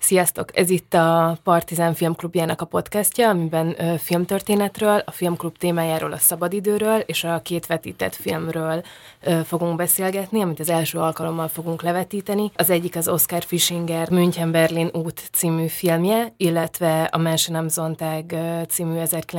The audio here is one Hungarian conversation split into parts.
Sziasztok! Ez itt a Partizán Filmklubjának a podcastja, amiben filmtörténetről, a filmklub témájáról, a szabadidőről és a két vetített filmről fogunk beszélgetni, amit az első alkalommal fogunk levetíteni. Az egyik az Oskar Fischinger München-Berlin út című filmje, illetve a Menschen am Sonntag című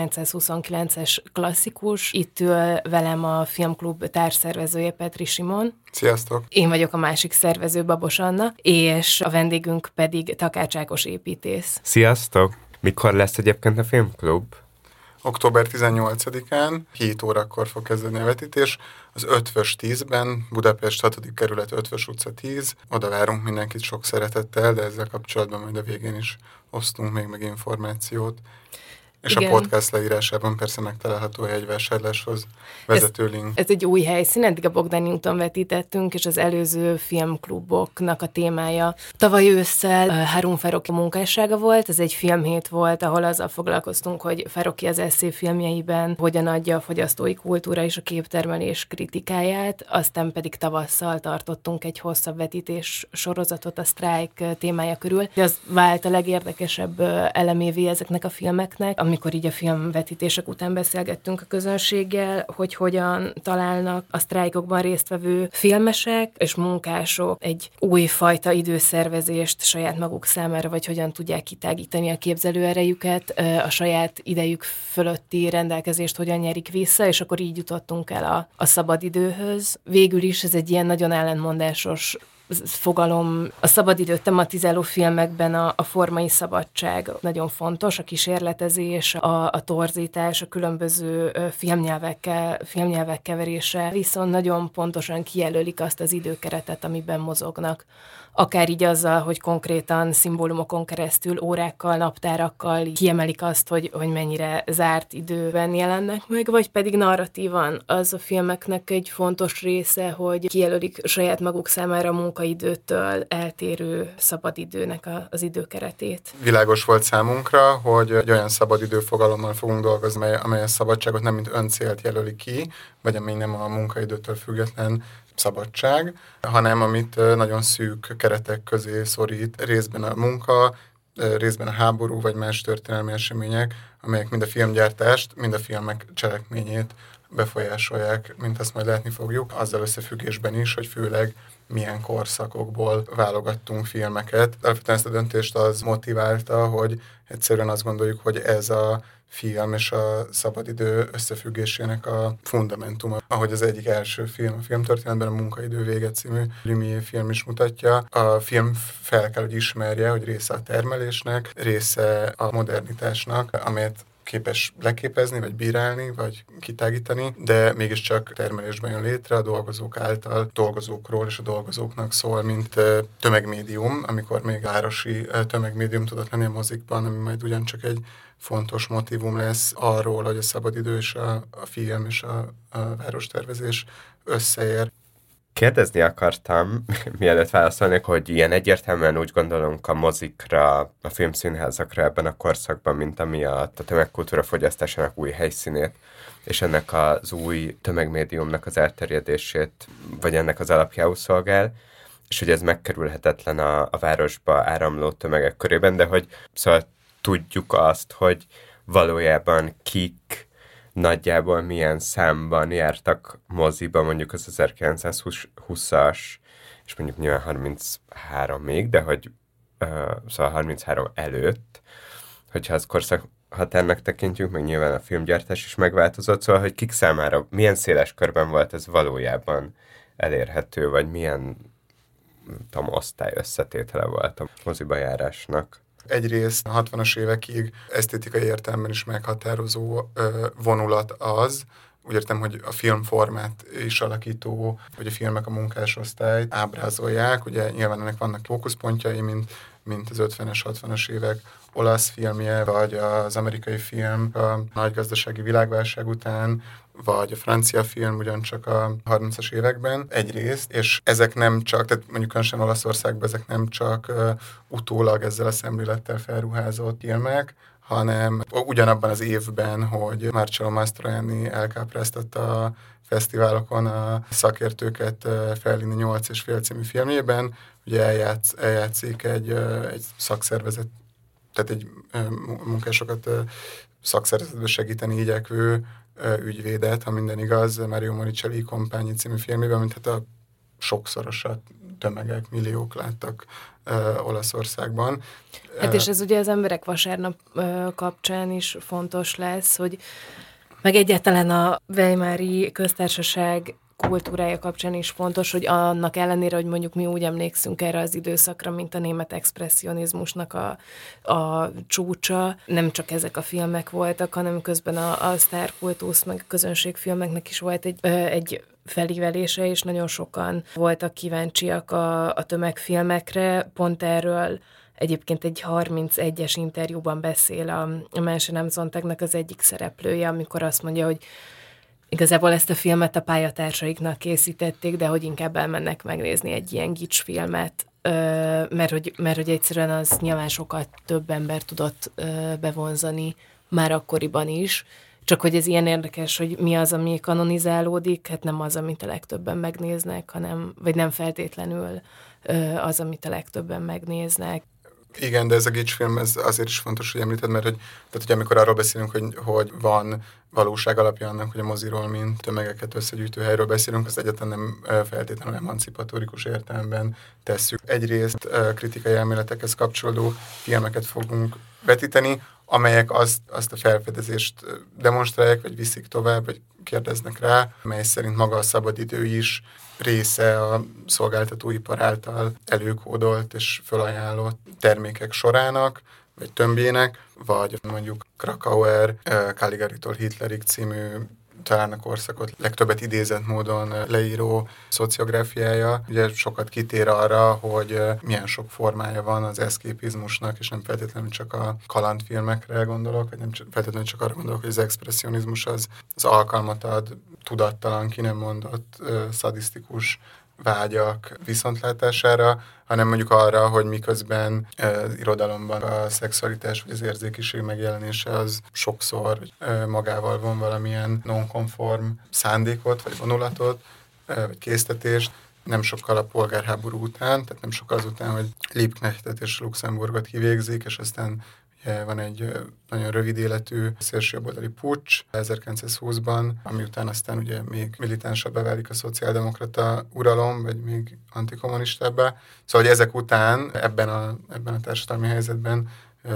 1929-es klasszikus. Itt ül velem a filmklub társszervezője Petri Simon. Sziasztok! Én vagyok a másik szervező, Babos Anna, és a vendégünk pedig Takács Ákos építész. Sziasztok! Mikor lesz egyébként a filmklub? Október 18-án, 7 órakor fog kezdeni a vetítés, az Ötvös 10-ben, Budapest 6. kerület Ötvös utca 10. Oda várunk mindenkit sok szeretettel, de ezzel kapcsolatban majd a végén is osztunk még meg információt. És igen. A podcast leírásában persze megtalálható a jegyvásárláshoz vezető link. Ez egy új helyszín, eddig a Bogdány úton vetítettünk, és az előző filmkluboknak a témája tavaly ősszel Harun Farokhi munkássága volt. Ez egy filmhét volt, ahol azzal foglalkoztunk, hogy Farokhi az esszé filmjeiben hogyan adja a fogyasztói kultúra és a képtermelés kritikáját, aztán pedig tavasszal tartottunk egy hosszabb vetítés sorozatot a sztrájk témája körül. Az vált a legérdekesebb elemévé ezeknek a filmeknek, amikor így a filmvetítések után beszélgettünk a közönséggel, hogy hogyan találnak a sztrájkokban résztvevő filmesek és munkások egy újfajta időszervezést saját maguk számára, vagy hogyan tudják kitágítani a képzelőerejüket, a saját idejük fölötti rendelkezést hogyan nyerik vissza, és akkor így jutottunk el a szabadidőhöz. Végül is ez egy ilyen nagyon ellentmondásos fogalom. A szabadidőt tematizáló filmekben a formai szabadság nagyon fontos, a kísérletezés, a torzítás, a különböző filmnyelvek keverése, viszont nagyon pontosan kijelölik azt az időkeretet, amiben mozognak. Akár így azzal, hogy konkrétan szimbólumokon keresztül, órákkal, naptárakkal kiemelik azt, hogy mennyire zárt időben jelennek meg, vagy pedig narratívan az a filmeknek egy fontos része, hogy kijelölik saját maguk számára a munkaidőtől eltérő szabadidőnek az időkeretét. Világos volt számunkra, hogy egy olyan szabadidő fogalommal fogunk dolgozni, amely a szabadságot nem mint öncélt jelöli ki, vagy amely nem a munkaidőtől független szabadság, hanem amit nagyon szűk keretek közé szorít, részben a munka, részben a háború, vagy más történelmi események, amelyek mind a filmgyártást, mind a filmek cselekményét befolyásolják, mint azt majd látni fogjuk, azzal összefüggésben is, hogy főleg milyen korszakokból válogattunk filmeket. Alapvetően ezt a döntést az motiválta, hogy egyszerűen azt gondoljuk, hogy ez a film és a szabadidő összefüggésének a fundamentuma. Ahogy az egyik első film a filmtörténetben, a Munkaidő vége című Lumière film is mutatja. A film fel kell, hogy ismerje, hogy része a termelésnek, része a modernitásnak, amelyet képes leképezni, vagy bírálni, vagy kitágítani, de mégiscsak termelésben jön létre a dolgozók által, dolgozókról és a dolgozóknak szól, mint tömegmédium, amikor még városi tömegmédium tudott lenni a mozikban, ami majd ugyancsak egy fontos motívum lesz arról, hogy a szabadidő és a film és a várostervezés összeér. Kérdezni akartam, mielőtt válaszolnék, hogy ilyen egyértelműen úgy gondolunk a mozikra, a filmszínházakra ebben a korszakban, mint ami a tömegkultúra fogyasztásának új helyszínét, és ennek az új tömegmédiumnak az elterjedését, vagy ennek az alapjául szolgál, és hogy ez megkerülhetetlen a városba áramló tömegek körében, de hogy szóval tudjuk azt, hogy valójában kik nagyjából milyen számban jártak moziba, mondjuk az 1920-as, és mondjuk nyilván 33 még, de hogy szóval 33 előtt, hogyha az korszakhatárnak tekintjük, meg nyilván a filmgyártás is megváltozott, szóval, hogy kik számára, milyen széles körben volt ez valójában elérhető, vagy milyen osztály összetétele volt a moziba járásnak. Egyrészt a 60-as évekig esztétikai értelemben is meghatározó vonulat az, úgy értem, hogy a filmformát is alakító, hogy a filmek a munkásosztályt ábrázolják. Ugye nyilván ennek vannak fókuszpontjai, mint az 50-es, 60-as évek olasz filmje, vagy az amerikai film a nagy gazdasági világválság után, vagy a francia film ugyancsak a 30-as években egyrészt, és ezek nem csak, tehát mondjuk különösen Olaszországban ezek nem csak utólag ezzel a szemlélettel felruházott filmek, hanem ugyanabban az évben, hogy Marcello Mastroianni elkápráztatta a fesztiválokon a szakértőket Fellini 8,5 című filmjében, ugye eljátszik egy szakszervezet, tehát egy munkásokat szakszervezetbe segíteni igyekvő ügyvédet, ha minden igaz, Mario Monicelli Kompányi című filmében, mint hát a sokszorosat tömegek, milliók láttak Olaszországban. Hát és ez ugye az Emberek vasárnap kapcsán is fontos lesz, hogy meg egyáltalán a Weimári köztársaság kultúrája kapcsán is fontos, hogy annak ellenére, hogy mondjuk mi úgy emlékszünk erre az időszakra, mint a német expresszionizmusnak a csúcsa, nem csak ezek a filmek voltak, hanem közben a sztárkultusz, meg a közönségfilmeknek is volt egy felívelése, és nagyon sokan voltak kíváncsiak a tömegfilmekre. Pont erről egyébként egy 31-es interjúban beszél a Mensen am Sonntagnak az egyik szereplője, amikor azt mondja, hogy igazából ezt a filmet a pályatársaiknak készítették, de hogy inkább elmennek megnézni egy ilyen gicsfilmet, mert hogy egyszerűen az nyilván sokkal több ember tudott bevonzani már akkoriban is, csak hogy ez ilyen érdekes, hogy mi az, ami kanonizálódik, hát nem az, amit a legtöbben megnéznek, vagy nem feltétlenül az, amit a legtöbben megnéznek. Igen, de ez a gicsfilm ez azért is fontos, hogy említed, mert hogy amikor arról beszélünk, hogy van valóság alapja annak, hogy a moziról, mint tömegeket összegyűjtő helyről beszélünk, az egyáltalán nem feltétlenül emancipatórikus értelemben tesszük. Egyrészt kritikai elméletekhez kapcsolódó filmeket fogunk vetíteni, amelyek azt a felfedezést demonstrálják, vagy viszik tovább, vagy kérdeznek rá, mely szerint maga a szabadidő is része a szolgáltatóipar által előkódolt és felajánlott termékek sorának, vagy tömbjének, vagy mondjuk Krakauer, Caligaritól Hitlerig című talán a korszakot legtöbbet idézett módon leíró szociográfiája. Ugye sokat kitér arra, hogy milyen sok formája van az eszképizmusnak, és nem feltétlenül csak a kalandfilmekre gondolok, vagy nem feltétlenül csak arra gondolok, hogy az expresszionizmus az alkalmat ad tudattalan, ki nem mondott, szadisztikus vágyak viszontlátására, hanem mondjuk arra, hogy miközben az irodalomban a szexualitás vagy az érzékiség megjelenése az sokszor magával von valamilyen nonkonform szándékot, vagy vonulatot, vagy késztetést, nem sokkal a polgárháború után, tehát nem sokkal azután, hogy Liebknechtet és Luxemburgot kivégzik, és aztán van egy nagyon rövid életű szélsőjobboldali puccs 1920-ban, ami után aztán ugye még militánsabbá válik a szociáldemokrata uralom, vagy még antikommunistábbá. Szóval, hogy ezek után ebben a társadalmi helyzetben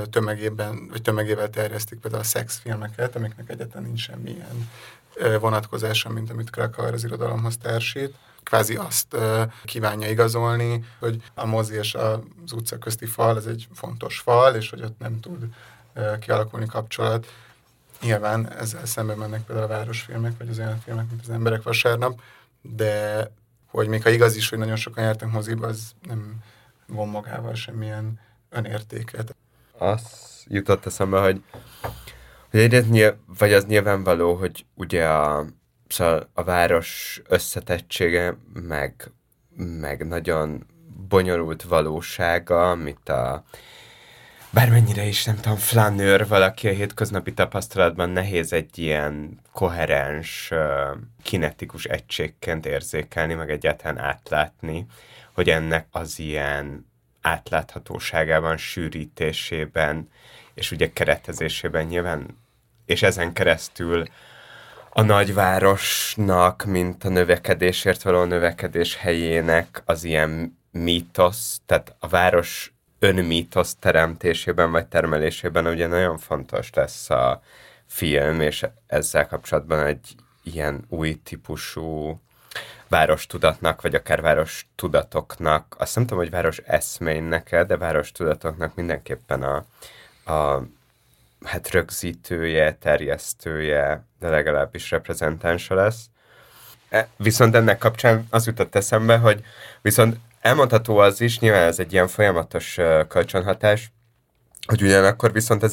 tömegével terjesztik például a szexfilmeket, amiknek egyáltalán nincs semmilyen vonatkozása, mint amit Krakauer az irodalomhoz társít. Kvázi azt kívánja igazolni, hogy a mozi és az utca közti fal ez egy fontos fal, és hogy ott nem tud kialakulni kapcsolat. Nyilván ezzel szemben mennek például a városfilmek, vagy az olyan filmek, mint az Emberek vasárnap, de hogy még ha igaz is, hogy nagyon sokan jártak moziba, az nem von magával semmilyen önértéket. Az jutott eszembe, hogy vagy az nyilvánvaló, hogy ugye a város összetettsége, meg nagyon bonyolult valósága, amit bármennyire is, nem tudom, flanőr valaki a hétköznapi tapasztalatban nehéz egy ilyen koherens, kinetikus egységként érzékelni, meg egyáltalán átlátni, hogy ennek az ilyen átláthatóságában, sűrítésében, és ugye keretezésében nyilván, és ezen keresztül a nagyvárosnak, mint a növekedésért való növekedés helyének az ilyen mítosz, tehát a város önmítosz teremtésében vagy termelésében ugye nagyon fontos lesz a film, és ezzel kapcsolatban egy ilyen új típusú várostudatnak, vagy akár várostudatoknak, azt nem tudom, hogy város eszménynek, de várostudatoknak mindenképpen a hát rögzítője, terjesztője, de legalábbis reprezentánsa lesz. Viszont ennek kapcsán az jutott eszembe, hogy viszont elmondható az is, nyilván ez egy ilyen folyamatos kölcsönhatás, hogy ugyanakkor viszont az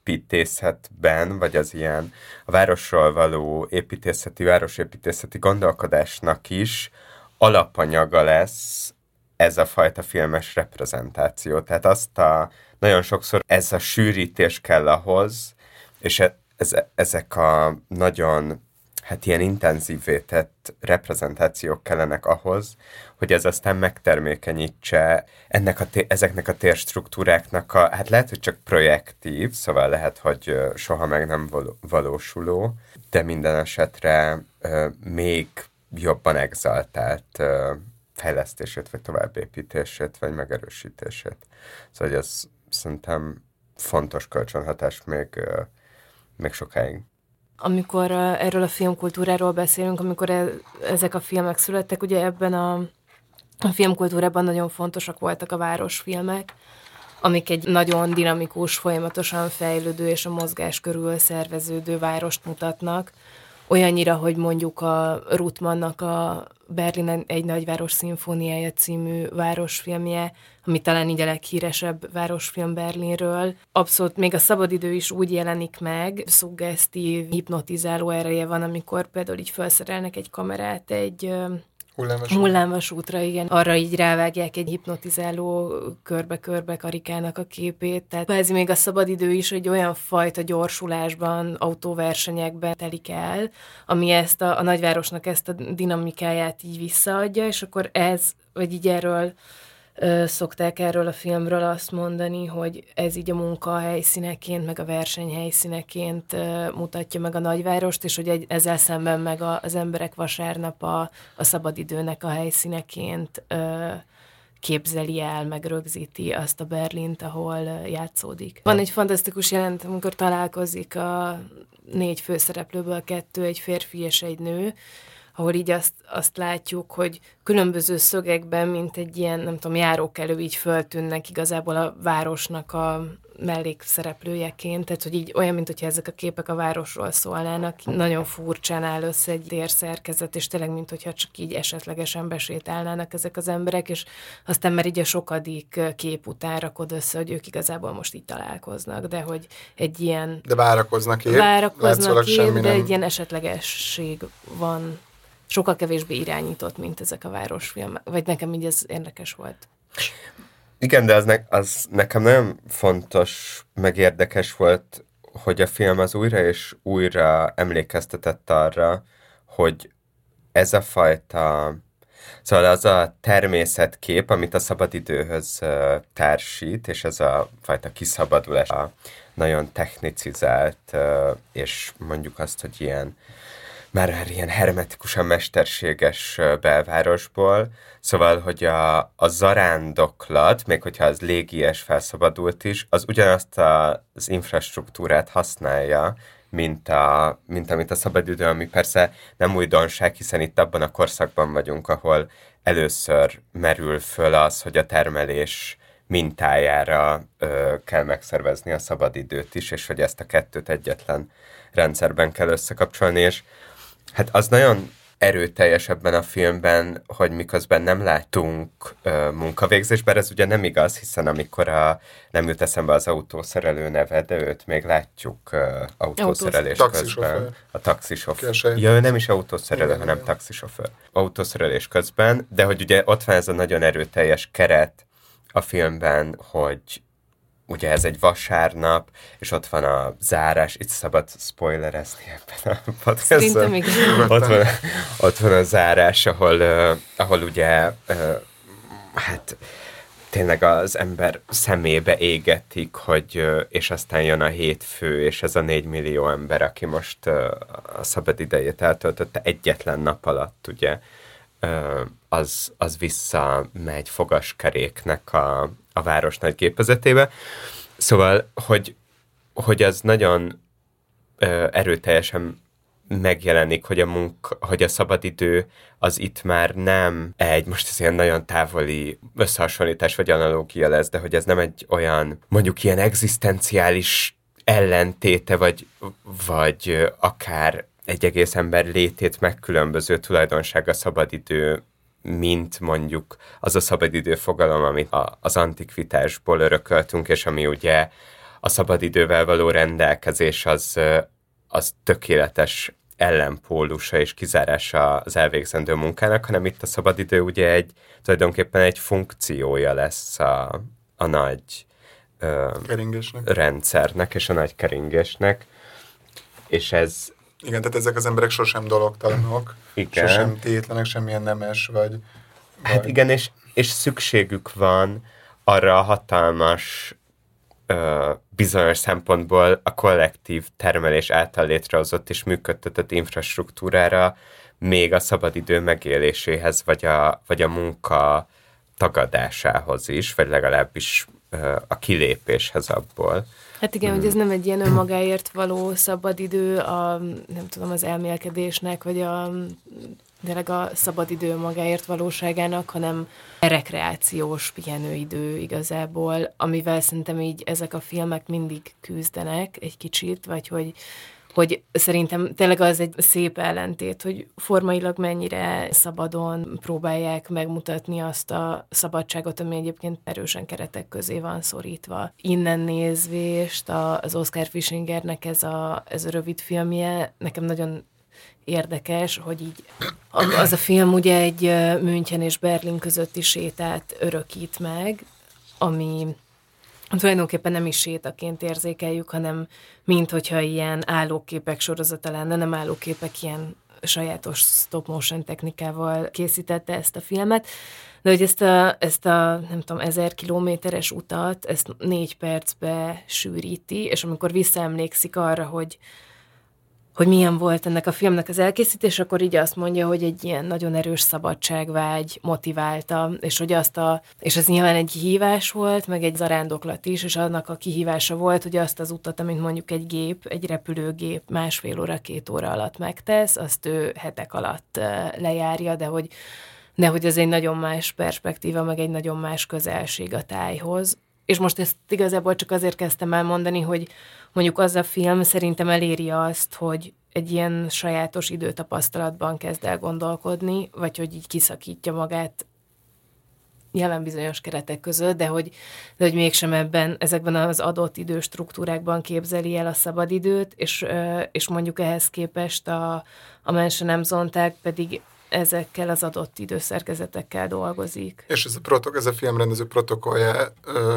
városépítészetben, vagy az ilyen a városról való városépítészeti gondolkodásnak is alapanyaga lesz ez a fajta filmes reprezentáció. Tehát nagyon sokszor ez a sűrítés kell ahhoz, és ezek a nagyon ilyen intenzívé tett reprezentációk kellenek ahhoz, hogy ez aztán megtermékenyítse ezeknek a térstruktúráknak lehet, hogy csak projektív, szóval lehet, hogy soha meg nem valósuló, de minden esetre még jobban exaltált fejlesztését, vagy továbbépítését, vagy megerősítését. Szóval ez szerintem fontos kölcsönhatás még sokáig. Amikor erről a filmkultúráról beszélünk, amikor ezek a filmek születtek, ugye ebben a filmkultúrában nagyon fontosak voltak a városfilmek, amik egy nagyon dinamikus, folyamatosan fejlődő és a mozgás körül szerveződő várost mutatnak. Olyannyira, hogy mondjuk a Ruttmannnak a Berlin egy nagyváros szimfóniája című városfilmje, ami talán így a leghíresebb városfilm Berlinről. Abszolút még a szabadidő is úgy jelenik meg, szuggesztív, hipnotizáló ereje van, amikor például így felszerelnek egy kamerát egy hullámvasútra, igen. Arra így rávágják egy hipnotizáló körbe-körbe karikának a képét. Tehát ez még a szabadidő is egy olyan fajta gyorsulásban, autóversenyekben telik el, ami ezt a nagyvárosnak ezt a dinamikáját így visszaadja, és akkor vagy így szokták erről a filmről azt mondani, hogy ez így a munkahelyszíneként, meg a versenyhelyszíneként mutatja meg a nagyvárost, és hogy ezzel szemben meg az emberek vasárnap a szabadidőnek a helyszíneként képzeli el, meg rögzíti azt a Berlint, ahol játszódik. Van egy fantasztikus jelenet, amikor találkozik a 4 főszereplőből 2, egy férfi és egy nő, ahol így azt látjuk, hogy különböző szögekben, mint egy ilyen, nem tudom, járókelő így föltűnnek igazából a városnak a mellékszereplőjeként, tehát hogy így olyan, mint hogyha ezek a képek a városról szólnának. Nagyon furcsán áll össze egy térszerkezet, és tényleg, mint hogyha csak így esetlegesen besétálnának ezek az emberek, és aztán már így a sokadik kép után rakod össze, hogy ők igazából most így találkoznak, de hogy egy ilyen... De várakoznak épp, de egy ilyen esetlegesség van. Sokkal kevésbé irányított, mint ezek a városfilmek. Vagy nekem így ez érdekes volt. Igen, de az nekem nagyon fontos, meg érdekes volt, hogy a film az újra és újra emlékeztetett arra, hogy ez a fajta, szóval az a természetkép, amit a szabadidőhöz társít, és ez a fajta kiszabadulás, a nagyon technicizált, és mondjuk azt, hogy már ilyen hermetikusan mesterséges belvárosból, szóval, hogy a zarándoklat, még hogyha az légies felszabadult is, az ugyanazt az infrastruktúrát használja, mint amit a szabadidő, ami persze nem újdonság, hiszen itt abban a korszakban vagyunk, ahol először merül föl az, hogy a termelés mintájára kell megszervezni a szabadidőt is, és hogy ezt a kettőt egyetlen rendszerben kell összekapcsolni, és hát az nagyon erőteljes ebben a filmben, hogy miközben nem látunk munkavégzést, bár ez ugye nem igaz, hiszen amikor nem jut eszembe az autószerelő neve, de őt még látjuk autószerelés közben. A taxisofőr. Ja, ő nem is autószerelő, hanem taxisofőr. Autószerelés közben, de hogy ugye ott van ez a nagyon erőteljes keret a filmben, hogy ugye ez egy vasárnap, és ott van a zárás, itt szabad spoilerezni ebben a podcastban. Ott van a zárás, ahol ugye hát tényleg az ember szemébe égetik, és aztán jön a hétfő, és ez a 4 millió ember, aki most a szabad idejét eltöltötte egyetlen nap alatt, ugye, az visszamegy fogaskeréknek a város nagy gépezetébe. Szóval, hogy az nagyon erőteljesen megjelenik, hogy a szabadidő az itt már nem most ez ilyen nagyon távoli összehasonlítás vagy analógia lesz, de hogy ez nem egy olyan, mondjuk ilyen egzisztenciális ellentéte, vagy akár egy egész ember létét megkülönböző tulajdonság a szabadidő, mint mondjuk az a szabadidő fogalom, amit az antikvitásból örököltünk, és ami ugye a szabadidővel való rendelkezés az tökéletes ellenpólusa és kizárása az elvégzendő munkának, hanem itt a szabadidő ugye tulajdonképpen egy funkciója lesz a nagy rendszernek és a nagy keringésnek. És ez... Igen, tehát ezek az emberek sosem dologtalanok, igen. Sosem tétlenek, semmilyen nemes, vagy... Hát igen, és szükségük van arra a hatalmas bizonyos szempontból a kollektív termelés által létrehozott és működtetett infrastruktúrára, még a szabadidő megéléséhez, vagy a munka tagadásához is, vagy legalábbis a kilépéshez abból. Hát igen, hogy ez nem egy ilyen önmagáért való szabadidő, nem tudom, az elmélkedésnek, vagy tényleg a szabadidő magáért valóságának, hanem rekreációs pihenőidő igazából, amivel szerintem így ezek a filmek mindig küzdenek egy kicsit, vagy hogy szerintem tényleg az egy szép ellentét, hogy formailag mennyire szabadon próbálják megmutatni azt a szabadságot, ami egyébként erősen keretek közé van szorítva. Innen nézvést az Oscar Fischingernek ez a rövid filmje nekem nagyon érdekes, hogy így az a film ugye egy München és Berlin közötti sétát örökít meg, ami tulajdonképpen nem is sétaként érzékeljük, hanem mint hogyha ilyen állóképek sorozata lenne, nem állóképek, ilyen sajátos stop motion technikával készítette ezt a filmet, de hogy ezt a nem tudom, 1000 kilométeres utat, ezt 4 percbe sűríti, és amikor visszaemlékszik arra, hogy milyen volt ennek a filmnek az elkészítés, akkor így azt mondja, hogy egy ilyen nagyon erős szabadságvágy motiválta, és hogy és ez nyilván egy kihívás volt, meg egy zarándoklat is, és annak a kihívása volt, hogy azt az utat, amit mondjuk egy repülőgép 1,5 óra, 2 óra alatt megtesz, azt ő hetek alatt lejárja, de hogy ez egy nagyon más perspektíva, meg egy nagyon más közelség a tájhoz. És most ezt igazából csak azért kezdtem el mondani, hogy mondjuk az a film szerintem eléri azt, hogy egy ilyen sajátos időtapasztalatban kezd el gondolkodni, vagy hogy így kiszakítja magát jelen bizonyos keretek között, de hogy mégsem ezekben az adott időstruktúrákban képzeli el a szabadidőt, és mondjuk ehhez képest a Menschen am Sonntag pedig ezekkel az adott időszerkezetekkel dolgozik. És ez a filmrendező protokollja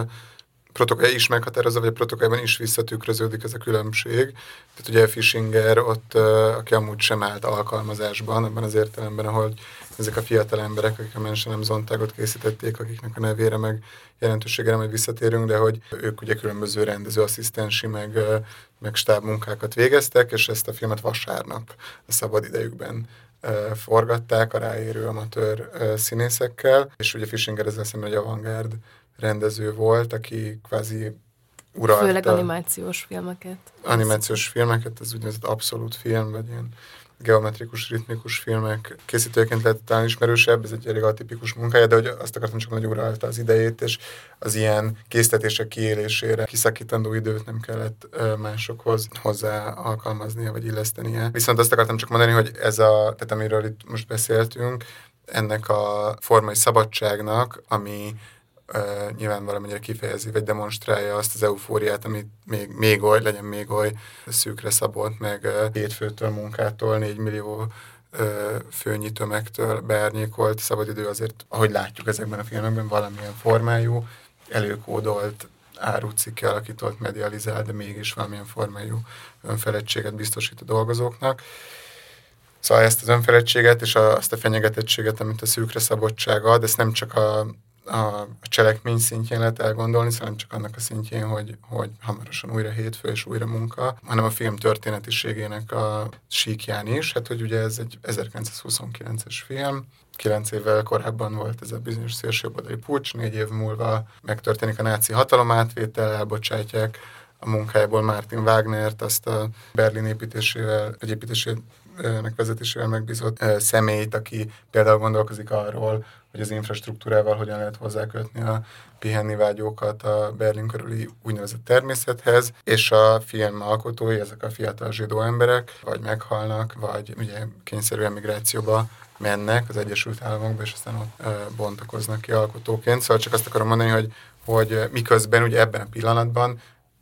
is meghatározza, vagy a protokollban is visszatükröződik ez a különbség. Tehát ugye Fischinger ott, aki amúgy sem állt alkalmazásban, abban az értelemben, ahol ezek a fiatal emberek, akik a Menschen am Sonntagot készítették, akiknek a nevére meg jelentőségére majd visszatérünk, de hogy ők ugye különböző rendezőasszisztensi meg stábmunkákat végeztek, és ezt a filmet vasárnap a szabad idejükben forgatták a ráérő amatőr színészekkel, és ugye Fischinger ezzel szemben egy avantgárd rendező volt, aki kvázi uralta... Főleg animációs filmeket. Animációs filmeket, ez úgynevezett abszolút film, vagy ilyen geometrikus, ritmikus filmek készítőként lett talán ismerősebb, ez egy elég atipikus munkája, de hogy azt akartam csak mondani, hogy uralta az idejét, és az ilyen késztetések kiélésére kiszakítandó időt nem kellett másokhoz hozzá alkalmaznia, vagy illesztenie. Viszont azt akartam csak mondani, hogy tehát amiről itt most beszéltünk, ennek a formai szabadságnak, ami nyilván valamennyire kifejezi, vagy demonstrálja azt az eufóriát, amit legyen még oly szűkre szabott, meg hétfőtől munkától, 4 millió főnyi tömegtől beárnyékolt szabadidő azért, ahogy látjuk ezekben a filmekben, valamilyen formájú, előkódolt, árucik kialakított, medializált, de mégis valamilyen formájú önfeledtséget biztosít a dolgozóknak. Szóval ezt az önfeledtséget és azt a fenyegetettséget, amit a szűkre szabadság ad, ezt nem csak a cselekmény szintjén lehet elgondolni, szóval nem csak annak a szintjén, hogy hamarosan újra hétfő és újra munka, hanem a film történetiségének a síkján is. Hát, hogy ugye ez egy 1929-es film, 9 évvel korábban volt ez a bizonyos szélsőjobboldali puccs, 4 év múlva megtörténik a náci hatalomátvétel, elbocsátják a munkájából Martin Wagnert, azt a Berlin építésének vezetésével megbízott személyt, aki például gondolkozik arról, hogy az infrastruktúrával hogyan lehet hozzákötni a pihenni vágyókat a Berlin körüli úgynevezett természethez, és a film alkotói, ezek a fiatal zsidó emberek, vagy meghalnak, vagy ugye kényszerű emigrációba mennek az Egyesült Államokba, és aztán ott bontakoznak ki alkotóként. Szóval csak azt akarom mondani, hogy miközben ugye ebben a pillanatban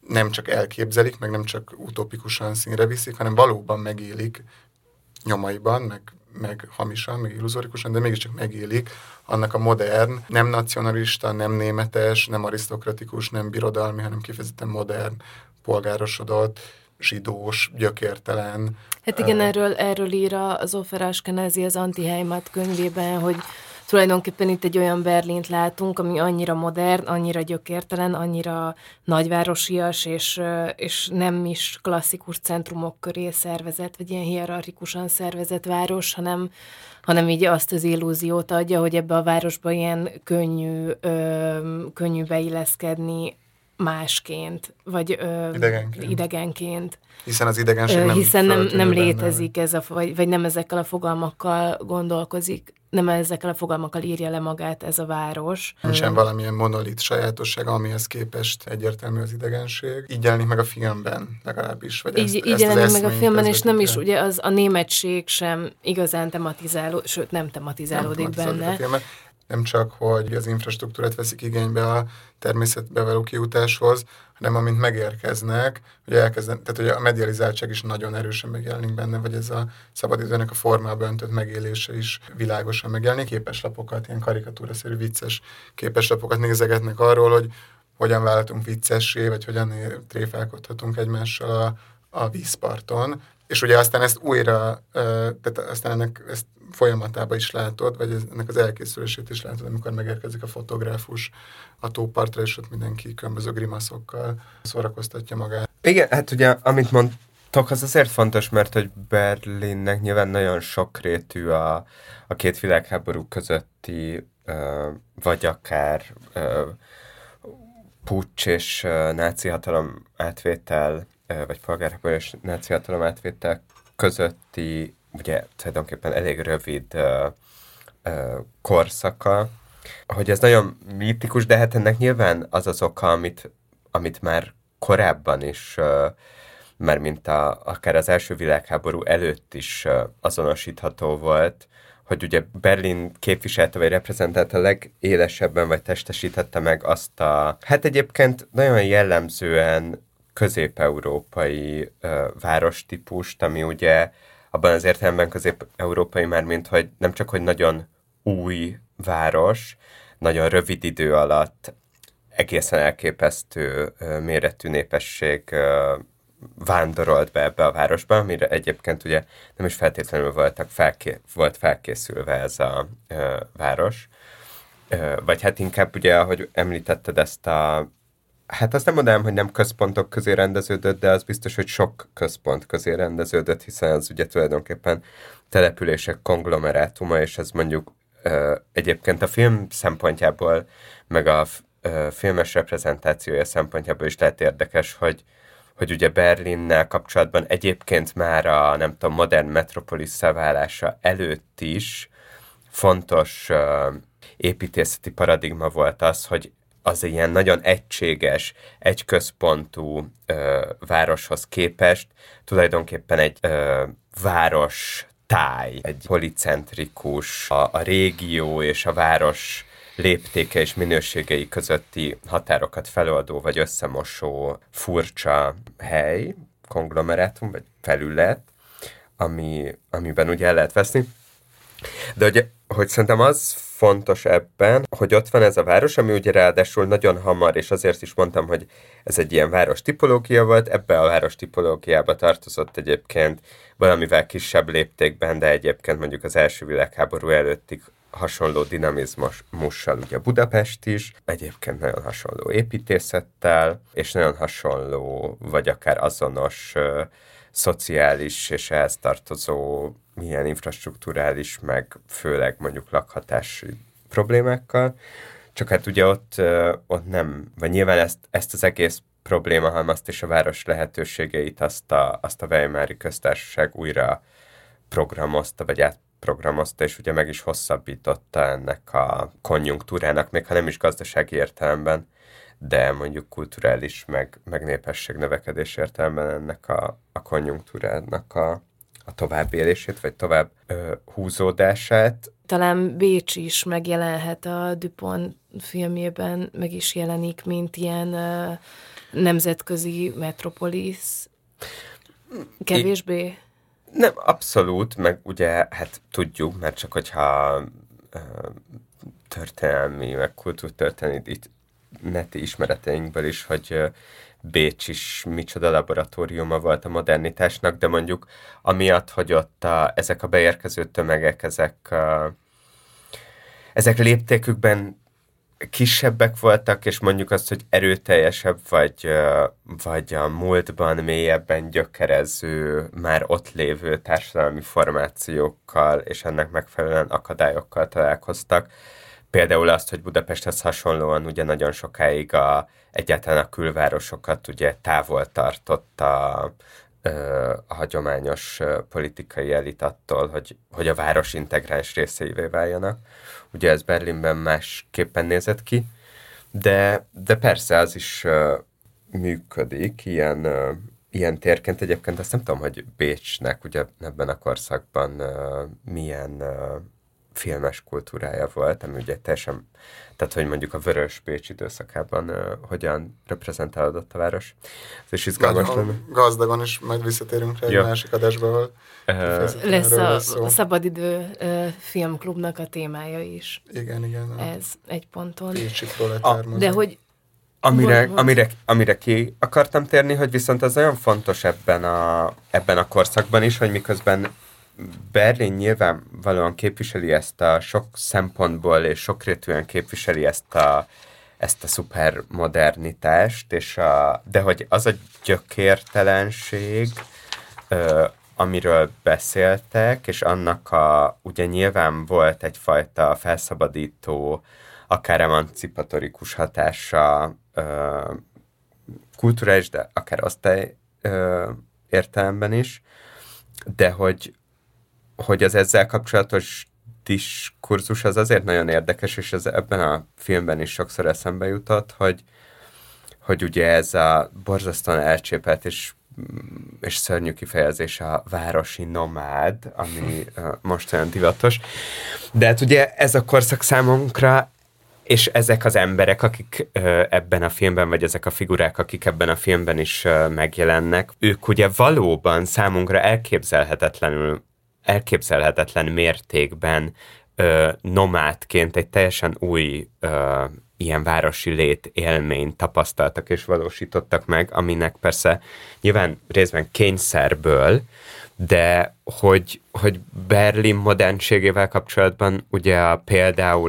nem csak elképzelik, meg nem csak utopikusan színre viszik, hanem valóban megélik nyomaiban, meg hamisan, meg illuzorikusan, de mégiscsak megélik annak a modern, nem nacionalista, nem németes, nem arisztokratikus, nem birodalmi, hanem kifejezetten modern, polgárosodott, zsidós, gyökértelen. Hát igen, erről ír az Ofer Ashkenazi az Anti-Heimat könyvében, hogy tulajdonképpen itt egy olyan Berlint látunk, ami annyira modern, annyira gyökértelen, annyira nagyvárosias, és nem is klasszikus centrumok köré szervezett, vagy ilyen hierarchikusan szervezett város, hanem így azt az illúziót adja, hogy ebbe a városba ilyen könnyű beilleszkedni másként, vagy idegenként. Hiszen az idegenség nem hiszen nem létezik ez vagy nem ezekkel a fogalmakkal gondolkozik, nem ezekkel a fogalmakkal írja le magát ez a város. Nincsen valamilyen monolit sajátosság, amihez képest egyértelmű az idegenség. Így jelenik meg a filmben legalábbis. Vagy így jelenik meg a filmben, és nem is ugye a németség sem igazán sőt nem tematizálódik benne. Nem csak, hogy az infrastruktúrát veszik igénybe a természetbe való kijutáshoz, hanem amint megérkeznek, hogy elkezdenek, tehát hogy a medializáltság is nagyon erősen megjelenik benne, vagy ez a szabadidőnek a formába öntött megélése is világosan megjelenik. Képeslapokat, ilyen karikatúraszerű vicces képeslapokat nézegetnek arról, hogy hogyan váltunk viccessé, vagy hogyan tréfálkodhatunk egymással a vízparton. És ugye aztán ezt újra, tehát aztán ezt folyamatában is látod, vagy ennek az elkészülését is látod, amikor megérkezik a fotográfus a tópartra, és ott mindenki különböző grimaszokkal szórakoztatja magát. Igen, hát ugye, amit mondtok, az azért fontos, mert hogy Berlinnek nyilván nagyon sokrétű a két világháború közötti, vagy akár puccs és náci hatalom átvétel, vagy polgárháború és náci hatalom átvétel közötti, ugye tulajdonképpen elég rövid korszaka, hogy ez nagyon mítikus, de hát ennek nyilván az az oka, amit már korábban is, már mint akár az első világháború előtt is azonosítható volt, hogy ugye Berlin képviselte vagy reprezentálta legélesebben, vagy testesítette meg azt hát egyébként nagyon jellemzően közép-európai várostípust, ami ugye abban az értelemben közép-európai már, mint hogy nem csak, hogy nagyon új város, nagyon rövid idő alatt egészen elképesztő méretű népesség vándorolt be ebbe a városba, amire egyébként ugye nem is feltétlenül volt felkészülve ez a város. Vagy hát inkább ugye, ahogy említetted ezt hát azt nem mondanám, hogy nem központok közé rendeződött, de az biztos, hogy sok központ közé rendeződött, hiszen az ugye tulajdonképpen települések konglomerátuma, és ez mondjuk egyébként a film szempontjából, meg a filmes reprezentációja szempontjából is lehet érdekes, hogy ugye Berlinnel kapcsolatban egyébként már a, nem tudom, modern metropolisszá válása előtt is fontos építészeti paradigma volt az, hogy az ilyen nagyon egységes, egyközpontú városhoz képest tulajdonképpen egy város táj, egy policentrikus, a régió és a város léptéke és minőségei közötti határokat feloldó vagy összemosó furcsa hely, konglomerátum vagy felület, amiben ugye el lehet veszni. De hogy szerintem az fontos ebben, hogy ott van ez a város, ami ugye ráadásul nagyon hamar, és azért is mondtam, hogy ez egy ilyen város tipológia volt, ebbe a város tipológiába tartozott egyébként valamivel kisebb léptékben, de egyébként mondjuk az első világháború előttig hasonló dinamizmussal ugye Budapest is, egyébként nagyon hasonló építészettel, és nagyon hasonló, vagy akár azonos szociális és ehhez tartozó milyen infrastrukturális, meg főleg mondjuk lakhatási problémákkal. Csak hát ugye ott nem, vagy nyilván ezt az egész problémahalmazt és a város lehetőségeit azt a Weimári köztársaság újra programozta, vagy átprogramozta, és ugye meg is hosszabbította ennek a konjunktúrának, még ha nem is gazdasági értelemben, de mondjuk kulturális, meg népesség növekedés értelemben ennek a konjunktúrának a továbbélését, vagy tovább húzódását. Talán Bécs is megjelenhet a Dupont filmjében, meg is jelenik, mint ilyen nemzetközi metropolis kevésbé? Nem, abszolút, meg ugye, hát tudjuk, mert csak hogyha történelmi, meg kultúrtörténelmi neti ismereteinkből is, hogy Bécs is micsoda laboratóriuma volt a modernitásnak, de mondjuk amiatt, hogy ott ezek a beérkező tömegek, ezek léptékükben kisebbek voltak, és mondjuk azt, hogy erőteljesebb, vagy a múltban mélyebben gyökerező, már ott lévő társadalmi formációkkal, és ennek megfelelően akadályokkal találkoztak. Például azt, hogy Budapesthez hasonlóan ugye nagyon sokáig egyáltalán a külvárosokat ugye távol tartott a hagyományos politikai elit attól, hogy a város integráns részeivé váljanak. Ugye ez Berlinben másképpen nézett ki, de persze az is működik ilyen térként. Egyébként azt nem tudom, hogy Bécsnek ugye ebben a korszakban milyen filmes kultúrája volt, ami ugye teljesen, tehát hogy mondjuk a Vörös Bécs időszakában hogyan reprezentálódott a város. Ez is izgalmas lenne. Gazdagon is majd visszatérünk rá egy másik adásba, ahol lesz a Szabadidő filmklubnak a témája is. Igen. Ez egy ponton. Bécsi proletár múzeum. De hogy Amire ki akartam térni, hogy viszont az nagyon fontos ebben a korszakban is, hogy miközben Berlin nyilvánvalóan képviseli ezt a sok szempontból, és sokrétűen képviseli ezt a szupermodernitást, de hogy az a gyökértelenség, amiről beszéltek, és annak ugye nyilván volt egyfajta felszabadító, akár emancipatorikus hatása kulturális, de akár osztály értelemben is, de hogy az ezzel kapcsolatos diskurzus az azért nagyon érdekes, és ez ebben a filmben is sokszor eszembe jutott, hogy ugye ez a borzasztóan elcsépelt és szörnyű kifejezés a városi nomád, ami most olyan divatos. De hát ugye ez a korszak számunkra, és ezek az emberek, akik ebben a filmben, vagy ezek a figurák, akik ebben a filmben is megjelennek, ők ugye valóban számunkra elképzelhetetlen mértékben nomádként egy teljesen új ilyen városi lét élményt tapasztaltak és valósítottak meg, aminek persze nyilván részben kényszerből, de hogy Berlin modernségével kapcsolatban ugye például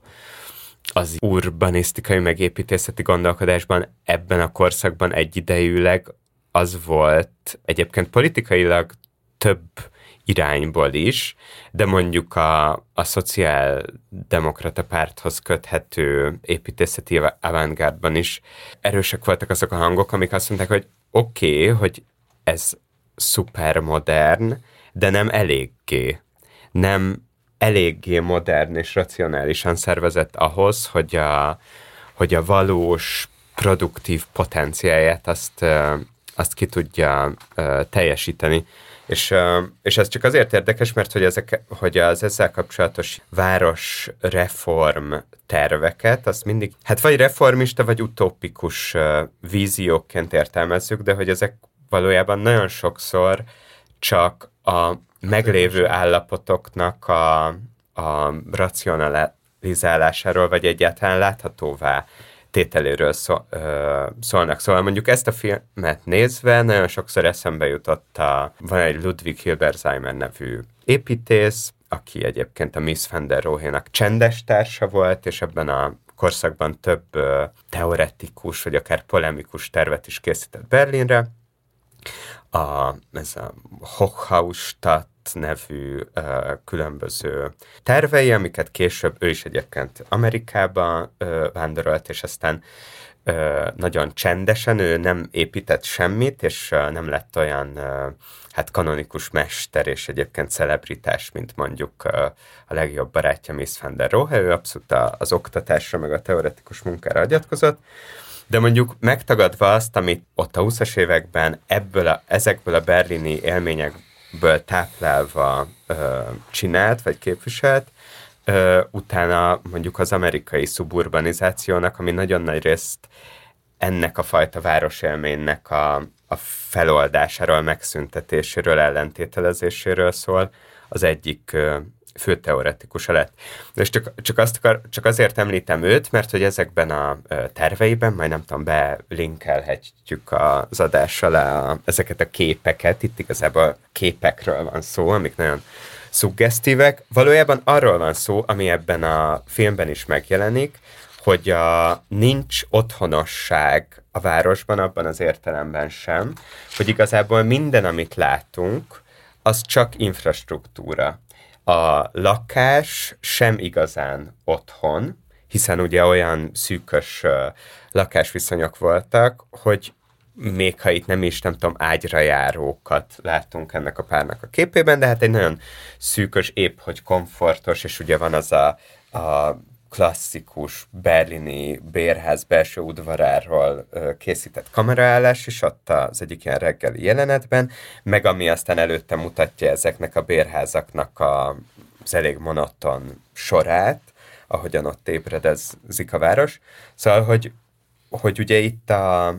az urbanisztikai meg építészeti gondolkodásban ebben a korszakban egyidejűleg az volt egyébként politikailag több irányból is, de mondjuk a szociáldemokrata párthoz köthető építészeti avantgárdban is erősek voltak azok a hangok, amik azt mondták, hogy oké, hogy ez szupermodern, de nem eléggé modern és racionálisan szervezett ahhoz, hogy a valós produktív potenciáját azt ki tudja teljesíteni. És ez csak azért érdekes, mert hogy az ezzel kapcsolatos városreform terveket, azt mindig, hát vagy reformista, vagy utópikus vízióként értelmezzük, de hogy ezek valójában nagyon sokszor csak a meglévő állapotoknak a racionalizálásáról, vagy egyáltalán láthatóvá tételéről szólnak. Szóval mondjuk ezt a filmet nézve nagyon sokszor eszembe jutott van egy Ludwig Hilberseimer nevű építész, aki egyébként a Mies van der Rohénak csendes társa volt, és ebben a korszakban több teoretikus, vagy akár polemikus tervet is készített Berlinre. Ez a Hochhausstadt nevű különböző tervei, amiket később ő is egyébként Amerikába vándorolt, és aztán nagyon csendesen, ő nem épített semmit, és nem lett olyan kanonikus mester, és egyébként celebritás, mint mondjuk a legjobb barátja Mies van der Rohe, ő abszolút az oktatásra, meg a teoretikus munkára agyatkozott, de mondjuk megtagadva azt, amit ott a 20-as években ezekből a berlini élményekből táplálva csinált, vagy képviselt, utána mondjuk az amerikai szuburbanizációnak, ami nagyon nagy részt ennek a fajta városélménynek a feloldásáról, megszüntetéséről, ellentételezéséről szól, az egyik fő teoretikusa lett. És csak azért említem őt, mert hogy ezekben a terveiben, majd nem tudom, belinkelhetjük az adás alá ezeket a képeket, itt igazából képekről van szó, amik nagyon szuggesztívek. Valójában arról van szó, ami ebben a filmben is megjelenik, hogy nincs otthonosság a városban, abban az értelemben sem, hogy igazából minden, amit látunk, az csak infrastruktúra. A lakás sem igazán otthon, hiszen ugye olyan szűkös lakásviszonyok voltak, hogy még ha itt nem is, nem tudom, ágyra járókat láttunk ennek a párnak a képében, de hát egy nagyon szűkös, épp hogy komfortos, és ugye van az a klasszikus berlini bérház belső udvaráról készített kameraállás is ott az egyik ilyen reggeli jelenetben, meg ami aztán előtte mutatja ezeknek a bérházaknak az elég monoton sorát, ahogyan ott ébredezik a város. Szóval, hogy ugye itt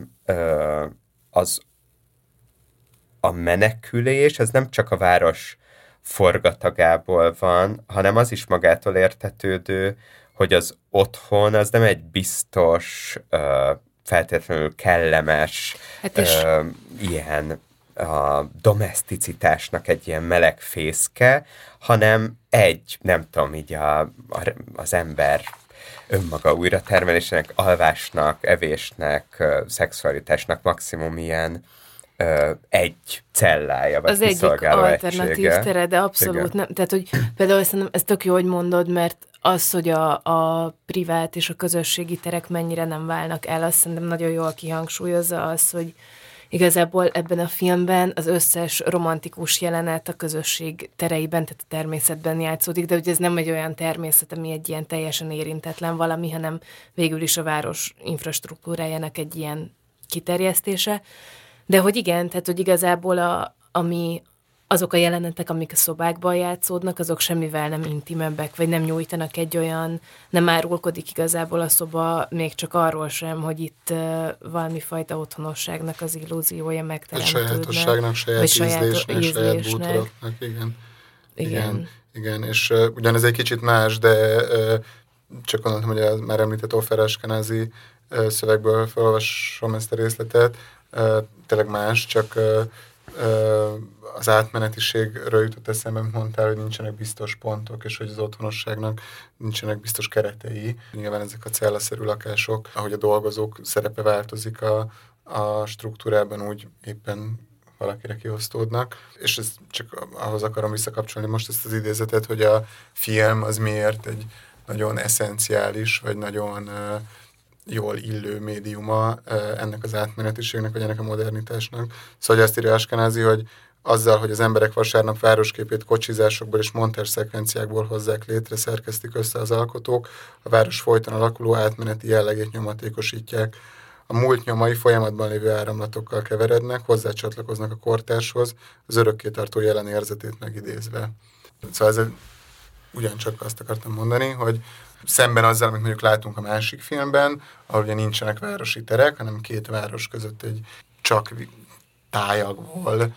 a menekülés, ez nem csak a város forgatagából van, hanem az is magától értetődő, hogy az otthon az nem egy biztos, feltétlenül kellemes, ilyen a domeszticitásnak egy ilyen meleg fészke, hanem nem tudom, így az ember önmaga újratermelésének, alvásnak, evésnek, szexualitásnak maximum ilyen egy cellája, vagy kiszolgáló egysége. Az egyik alternatív tere, de abszolút igen. Nem. Tehát, hogy például szerintem ez tök jó, hogy mondod, mert az, hogy a privát és a közösségi terek mennyire nem válnak el, azt szerintem nagyon jól kihangsúlyozza az, hogy igazából ebben a filmben az összes romantikus jelenet a közösség tereiben, tehát a természetben játszódik, de ugye ez nem egy olyan természet, ami egy ilyen teljesen érintetlen valami, hanem végül is a város infrastruktúrájának egy ilyen kiterjesztése. De hogy igen, tehát hogy igazából azok a jelenetek, amik a szobákban játszódnak, azok semmivel nem intimebbek, vagy nem nyújtanak egy olyan, nem árulkodik igazából a szoba, még csak arról sem, hogy itt valami fajta otthonosságnak az illúziója megteremtődne. Sajátosságnak, saját ízlésnek, saját bútoroknak, igen. És ugyanez egy kicsit más, de csak gondoltam, hogy az már említett Ofer Ashkenazi szövegből felolvasom ezt a részletet, tényleg más, csak az átmenetiségről jutott eszembe, mondtál, hogy nincsenek biztos pontok, és hogy az otthonosságnak nincsenek biztos keretei. Nyilván ezek a cellaszerű lakások, ahogy a dolgozók szerepe változik a struktúrában, úgy éppen valakire kiosztódnak. És ezt csak ahhoz akarom visszakapcsolni most ezt az idézetet, hogy a film az miért egy nagyon eszenciális, vagy nagyon jól illő médiuma ennek az átmenetiségnek, vagy ennek a modernitásnak. Szóval azt írja Ashkenazi, hogy azzal, hogy az emberek vasárnap városképét kocsizásokból és montázsszekvenciákból hozzák létre, szerkesztik össze az alkotók, a város folyton alakuló átmeneti jellegét nyomatékosítják. A múlt nyomai folyamatban lévő áramlatokkal keverednek, hozzácsatlakoznak a kortárshoz, az örökkétartó jelen érzetét megidézve. Szóval ez ugyancsak azt akartam mondani, hogy szemben azzal, amit mondjuk látunk a másik filmben, ahol ugye nincsenek városi terek, hanem két város között egy csak tájakból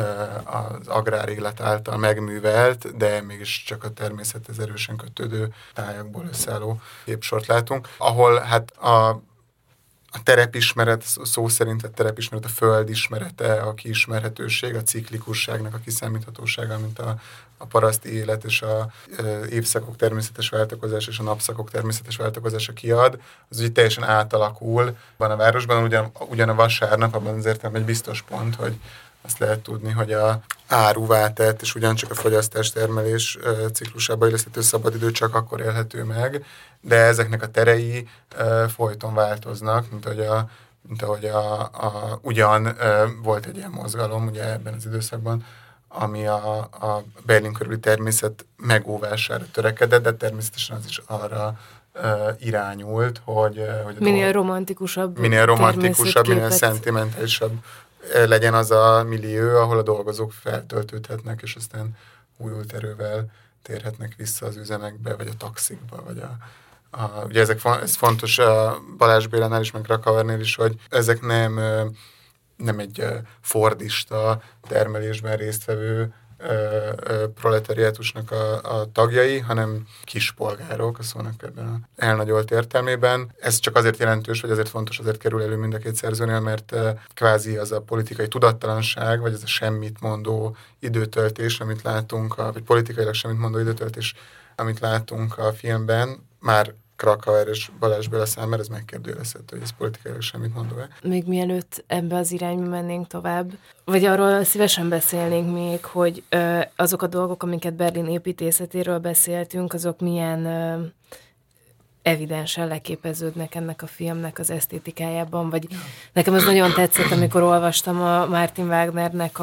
az agrárélet által megművelt, de mégis csak a természethez erősen kötődő tájakból összeálló képsort látunk, ahol hát a terepismeret, szó szerint a terepismeret, a föld ismerete, a kiismerhetőség, a ciklikusságnak a kiszámíthatósága, mint a paraszti élet és a évszakok természetes váltakozása és a napszakok természetes váltakozása kiad, az úgy teljesen átalakul van a városban, ugyan a vasárnap, abban az értelemben egy biztos pont, hogy azt lehet tudni, hogy a áruvá tett, és ugyancsak a fogyasztás-termelés ciklusába illeszthető szabadidő csak akkor élhető meg, de ezeknek a terei folyton változnak, mint ahogy ugyan volt egy ilyen mozgalom ugye ebben az időszakban, ami a Berlin körüli természet megóvására törekedett, de természetesen az is arra irányult, hogy minél romantikusabb, minél szentimentálisabb legyen az a millió, ahol a dolgozók feltöltődhetnek, és aztán újult erővel térhetnek vissza az üzemekbe, vagy a taxikba, vagy Ugye ez fontos a Balázs Bélánál is, meg Krakauernél is, hogy ezek nem egy fordista termelésben résztvevő proletariátusnak a tagjai, hanem kispolgárok, a szónak ebben a elnagyolt értelmében. Ez csak azért jelentős, vagy azért fontos, azért kerül elő mind a két szerzőnél, mert kvázi az a politikai tudattalanság, vagy ez a semmit mondó időtöltés, amit látunk, vagy politikailag semmit mondó időtöltés, amit látunk a filmben, már Krakauer és Balázs Béla számára ez megkérdőjelezhető, hogy ez politikailag semmit mondó-e. Még mielőtt ebbe az irányba mennénk tovább, vagy arról szívesen beszélnénk még, hogy azok a dolgok, amiket Berlin építészetéről beszéltünk, azok milyen evidensen leképeződnek ennek a filmnek az esztétikájában, vagy nekem az nagyon tetszett, amikor olvastam a Martin Wagnernek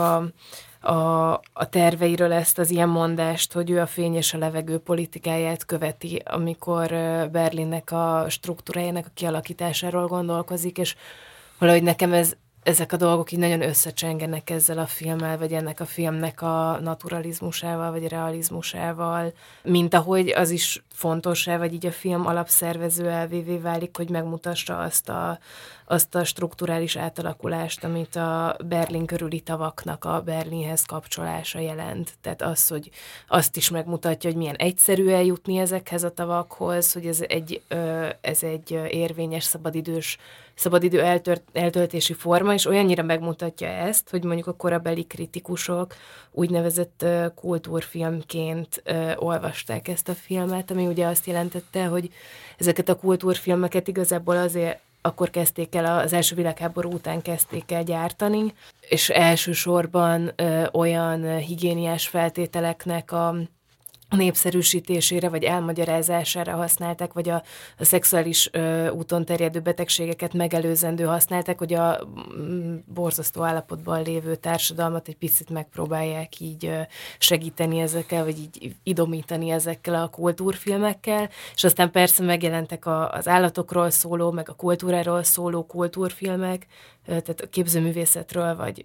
a terveiről ezt az ilyen mondást, hogy ő a fény és a levegő politikáját követi, amikor Berlinnek a struktúrájának a kialakításáról gondolkozik, és valahogy nekem ezek a dolgok így nagyon összecsengenek ezzel a filmmel, vagy ennek a filmnek a naturalizmusával, vagy realizmusával, mint ahogy az is fontos-e, vagy így a film alapszervező elvévé válik, hogy megmutassa azt a strukturális átalakulást, amit a Berlin körüli tavaknak a Berlinhez kapcsolása jelent. Tehát az, hogy azt is megmutatja, hogy milyen egyszerű eljutni ezekhez a tavakhoz, hogy ez egy érvényes szabadidő eltöltési forma, és olyannyira megmutatja ezt, hogy mondjuk a korabeli kritikusok úgynevezett kultúrfilmként olvasták ezt a filmet, ami ugye azt jelentette, hogy ezeket a kultúrfilmeket igazából azért akkor kezdték el, az első világháború után kezdték el gyártani, és elsősorban olyan higiéniás feltételeknek a népszerűsítésére, vagy elmagyarázására használták, vagy a szexuális úton terjedő betegségeket megelőzendő használták, hogy a borzasztó állapotban lévő társadalmat egy picit megpróbálják így segíteni ezekkel, vagy így idomítani ezekkel a kultúrfilmekkel, és aztán persze megjelentek az állatokról szóló, meg a kultúráról szóló kultúrfilmek, tehát a képzőművészetről, vagy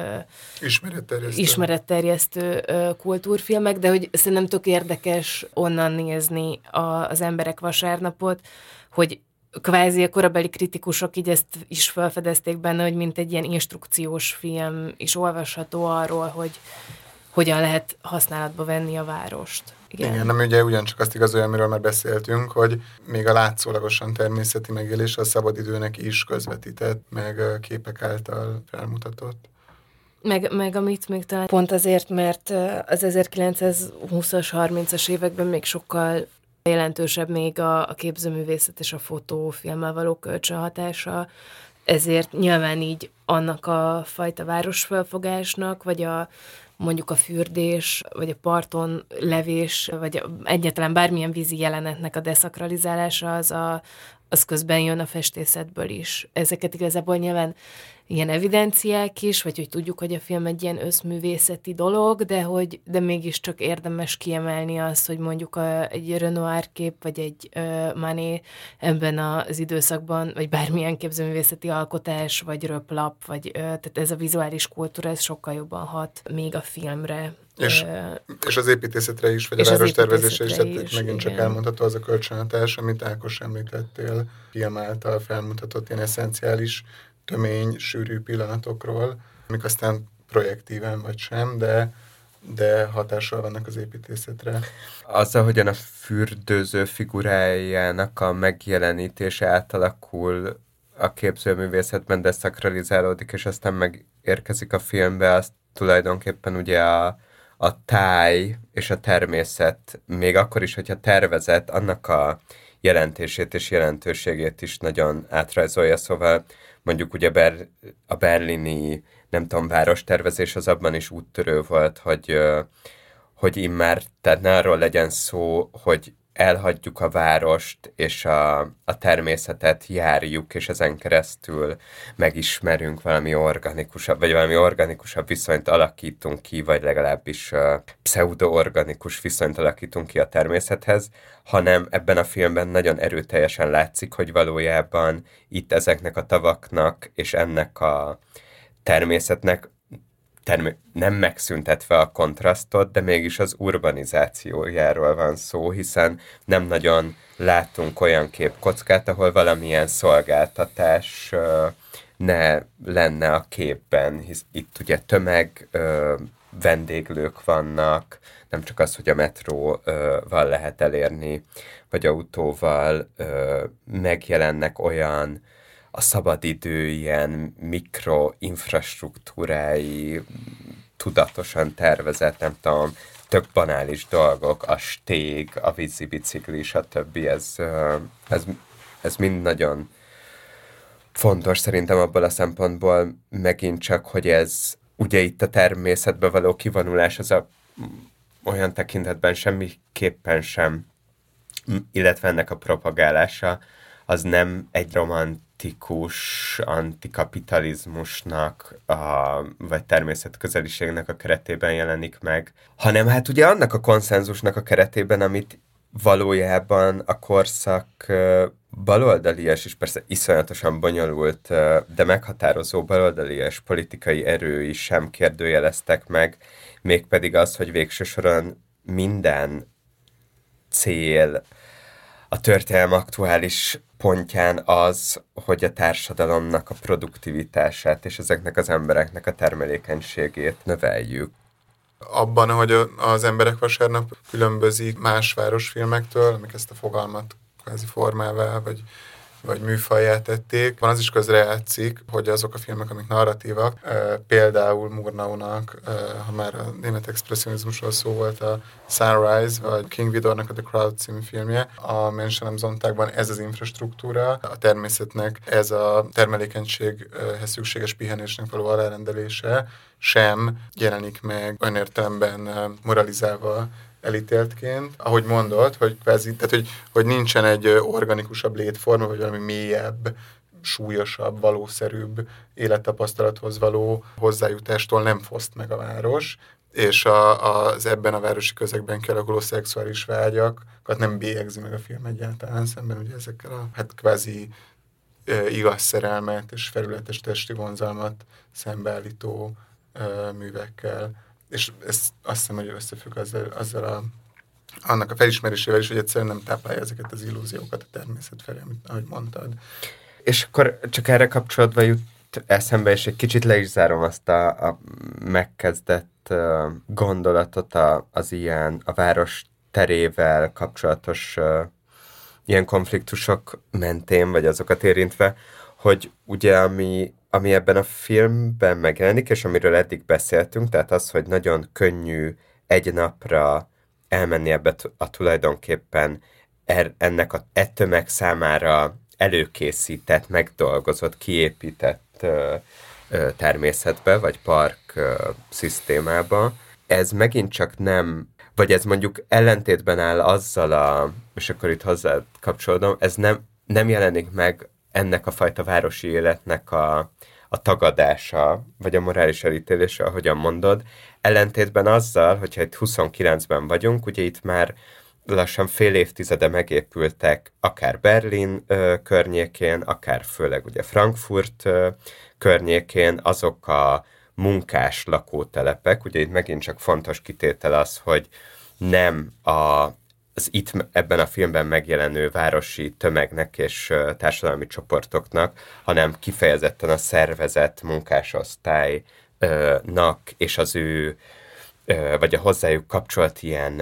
ismeretterjesztő kultúrfilmek, de hogy szerintem tök érdekes onnan nézni az Emberek vasárnapot, hogy kvázi a korabeli kritikusok így ezt is felfedezték benne, hogy mint egy ilyen instrukciós film is olvasható arról, hogy hogyan lehet használatba venni a várost. Igen, nem ugye ugyancsak azt igazolja, amiről már beszéltünk, hogy még a látszólagosan természeti megélés a szabadidőnek is közvetített, meg képek által felmutatott. Meg amit még talán pont azért, mert az 1920-as, 30-as években még sokkal jelentősebb még a képzőművészet és a fotófilmmel való kölcsönhatása, ezért nyilván így annak a fajta városfelfogásnak, vagy mondjuk a fürdés, vagy a parton levés, vagy egyáltalán bármilyen vízi jelenetnek a deszakralizálása, az közben jön a festészetből is. Ezeket igazából nyilván ilyen evidenciák is, vagy hogy tudjuk, hogy a film egy ilyen összművészeti dolog, de mégiscsak érdemes kiemelni azt, hogy mondjuk egy Renoir kép, vagy egy Manet ebben az időszakban, vagy bármilyen képzőművészeti alkotás, vagy röplap, vagy tehát ez a vizuális kultúra, ez sokkal jobban hat még a filmre. És az építészetre is, vagy a várostervezésre is, tehát megint csak elmondható az a kölcsönhatás, amit Ákos említettél, film által felmutatott ilyen eszenciális, tömény, sűrű pillanatokról, amik aztán projektíven vagy sem, de hatással vannak az építészetre. Azzal, hogyan a fürdőző figurájának a megjelenítése átalakul a képzőművészetben, deszakralizálódik, és aztán megérkezik a filmbe, az tulajdonképpen ugye a táj és a természet, még akkor is, hogyha tervezett, annak a jelentését és jelentőségét is nagyon átrajzolja, szóval mondjuk ugye a berlini, nem tudom, várostervezés az abban is úttörő volt, hogy immár, tehát ne arról legyen szó, hogy elhagyjuk a várost, és a természetet járjuk, és ezen keresztül megismerünk valami organikusabb viszonyt alakítunk ki, vagy legalábbis pseudo-organikus viszonyt alakítunk ki a természethez, hanem ebben a filmben nagyon erőteljesen látszik, hogy valójában itt ezeknek a tavaknak és ennek a természetnek nem megszüntetve a kontrasztot, de mégis az urbanizációjáról van szó, hiszen nem nagyon látunk olyan képkockát, ahol valamilyen szolgáltatás ne lenne a képben, hisz itt ugye vendéglők vannak, nem csak az, hogy a metróval lehet elérni, vagy autóval, megjelennek olyan a szabadidő ilyen mikroinfrastruktúrái, tudatosan tervezett, nem tudom, tök banális dolgok, a stég, a vízibicikli, stb. Ez mind nagyon fontos szerintem abból a szempontból megint csak, hogy ez ugye itt a természetbe való kivonulás az olyan tekintetben semmiképpen sem, illetve ennek a propagálása az nem egy romantikus antikapitalizmusnak vagy természetközeliségnek a keretében jelenik meg, hanem hát ugye annak a konszenzusnak a keretében, amit valójában a korszak baloldalias és persze iszonyatosan bonyolult, de meghatározó baloldalias politikai erői sem kérdőjeleztek meg, mégpedig az, hogy végső soron minden cél a történelem aktuális pontján az, hogy a társadalomnak a produktivitását és ezeknek az embereknek a termelékenységét növeljük. Abban, hogy az Emberek vasárnap különbözik más városfilmektől, amik ezt a fogalmat kvázi formává, vagy műfajjá tették. Van az is közrejátszik, hogy azok a filmek, amik narratívak, például Murnaunak, ha már a német expresszionizmusról szó volt, a Sunrise, vagy King Vidornak a The Crowd című filmje, a Menschen am Sonntagban ez az infrastruktúra, a természetnek ez a termelékenységhez szükséges pihenésnek való alárendelése sem jelenik meg olyan értelemben moralizálva elítéltként, ahogy mondod, hogy kvázi, tehát hogy nincsen egy organikusabb létforma, vagy valami mélyebb, súlyosabb, valószerűbb élettapasztalathoz való hozzájutástól nem foszt meg a város, és az ebben a városi közegben kialakuló szexuális vágyakat nem bélyegzi meg a film egyáltalán, szemben ugye ezekkel a kvázi igaz szerelmet és felületes testi vonzalmat szembeállító művekkel. És ez azt hiszem, hogy összefügg azzal annak a felismerésével is, hogy egyszerűen nem táplálja ezeket az illúziókat a természet felé, ahogy mondtad. És akkor csak erre kapcsolatban jut eszembe, és egy kicsit le is zárom azt a megkezdett gondolatot az ilyen, a város terével kapcsolatos ilyen konfliktusok mentén, vagy azokat érintve, hogy ugye ami ebben a filmben megjelenik, és amiről eddig beszéltünk, tehát az, hogy nagyon könnyű egy napra elmenni ebbe a tulajdonképpen ennek a tömeg számára előkészített, megdolgozott, kiépített természetbe, vagy park szisztémába. Ez megint csak nem, vagy ez mondjuk ellentétben áll azzal és akkor itt hozzá kapcsolódom, ez nem jelenik meg ennek a fajta városi életnek a tagadása, vagy a morális elítélése, ahogyan mondod, ellentétben azzal, hogyha itt 29-ben vagyunk, ugye itt már lassan fél évtizede megépültek akár Berlin környékén, akár főleg ugye Frankfurt környékén azok a munkás lakótelepek, ugye itt megint csak fontos kitétel az, hogy nem az itt ebben a filmben megjelenő városi tömegnek és társadalmi csoportoknak, hanem kifejezetten a szervezett munkásosztálynak és az ő, vagy a hozzájuk kapcsolt ilyen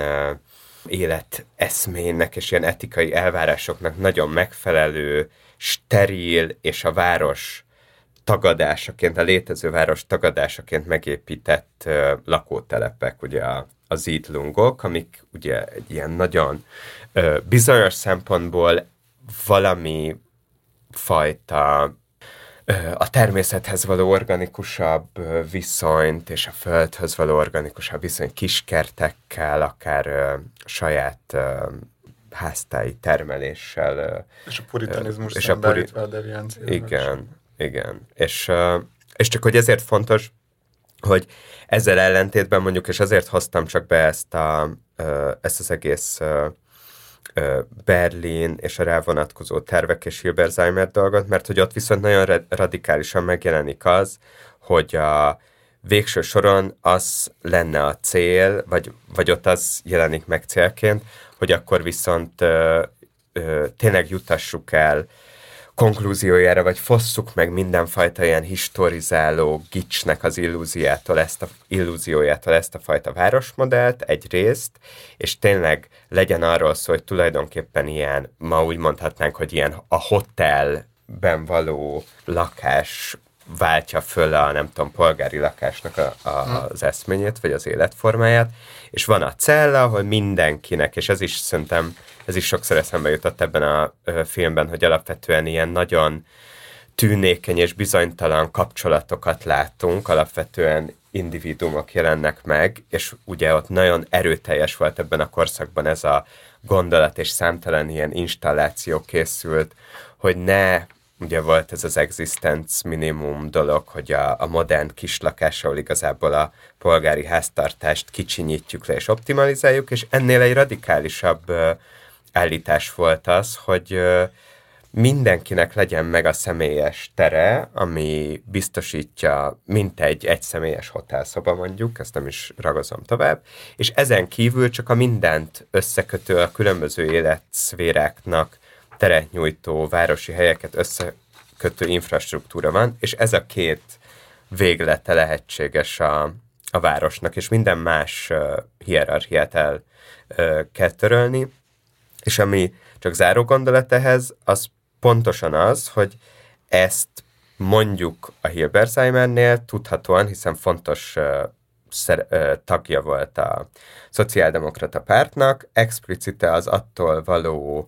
életeszmének és ilyen etikai elvárásoknak nagyon megfelelő, steril és a város tagadásaként, a létező város tagadásaként megépített lakótelepek, ugye a Siedlungok, amik ugye egy ilyen nagyon bizonyos szempontból valami fajta a természethez való organikusabb viszonyt és a földhöz való organikusabb viszonyt kiskertekkel, akár saját háztáji termeléssel. És a puritanizmus szembeállítva a devianciával. Igen. És csak hogy ezért fontos, hogy ezzel ellentétben mondjuk, és azért hoztam csak be ezt az egész Berlin és a rá vonatkozó tervek és Hilberseimer dolgot, mert hogy ott viszont nagyon radikálisan megjelenik az, hogy a végső soron az lenne a cél, vagy ott az jelenik meg célként, hogy akkor viszont tényleg jutassuk el konklúziójára, vagy fosszuk meg mindenfajta ilyen historizáló gicsnek az illúziójától ezt a fajta városmodellt egyrészt, és tényleg legyen arról szó, hogy tulajdonképpen ilyen, ma úgy mondhatnánk, hogy ilyen a hotelben való lakás váltja föl a, nem tudom, polgári lakásnak az eszményét, vagy az életformáját, és van a cella, ahol mindenkinek, és ez is szerintem, ez is sokszor eszembe jutott ebben a filmben, hogy alapvetően ilyen nagyon tűnékeny és bizonytalan kapcsolatokat látunk, alapvetően individuumok jelennek meg, és ugye ott nagyon erőteljes volt ebben a korszakban ez a gondolat, és számtalan ilyen installáció készült, hogy ne, ugye volt ez az existence minimum dolog, hogy a modern kislakás, ahol igazából a polgári háztartást kicsinyítjük le és optimalizáljuk, és ennél egy radikálisabb állítás volt az, hogy mindenkinek legyen meg a személyes tere, ami biztosítja mintegy egyszemélyes hotelszoba mondjuk, ezt nem is ragozom tovább, és ezen kívül csak a mindent összekötő, a különböző életszféráknak teret nyújtó városi helyeket összekötő infrastruktúra van, és ez a két véglete lehetséges a városnak, és minden más hierarchiát el kell törölni, és ami csak záró gondolat ehhez, az pontosan az, hogy ezt mondjuk a Hilberseimernél tudhatóan, hiszen fontos tagja volt a szociáldemokrata pártnak, explicite az attól való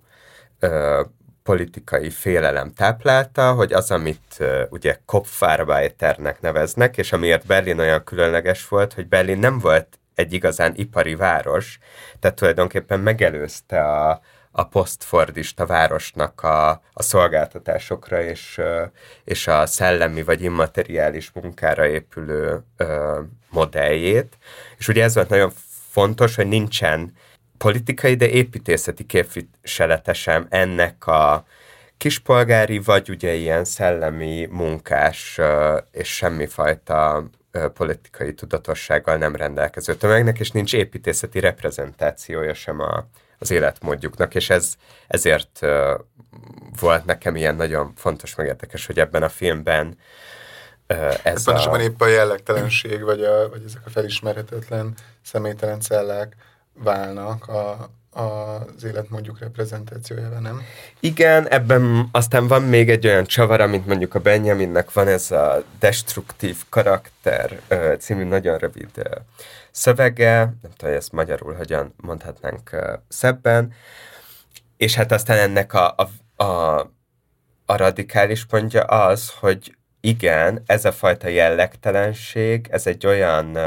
politikai félelem táplálta, hogy az, amit ugye Kopfarbeiternek neveznek, és amiért Berlin olyan különleges volt, hogy Berlin nem volt egy igazán ipari város, tehát tulajdonképpen megelőzte a posztfordista városnak a szolgáltatásokra és a szellemi vagy immateriális munkára épülő modelljét. És ugye ez volt nagyon fontos, hogy nincsen politikai, de építészeti képviselete sem ennek a kispolgári, vagy ugye ilyen szellemi munkás és semmifajta politikai tudatossággal nem rendelkező tömegnek, és nincs építészeti reprezentációja sem az életmódjuknak, és ezért volt nekem ilyen nagyon fontos, meg érdekes, hogy ebben a filmben ez pontosabban épp a jellegtelenség, vagy ezek a felismerhetetlen, személytelen cellák válnak az életmódjuk reprezentációjával, nem? Igen, ebben aztán van még egy olyan csavar, mint mondjuk a Benjaminnek van ez a Destruktív karakter című nagyon rövid szövege, nem tudom, hogy ezt magyarul hogyan mondhatnánk szebben, és hát aztán ennek a radikális pontja az, hogy igen, ez a fajta jellegtelenség, ez egy olyan,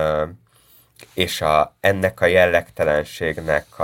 és ennek a jellegtelenségnek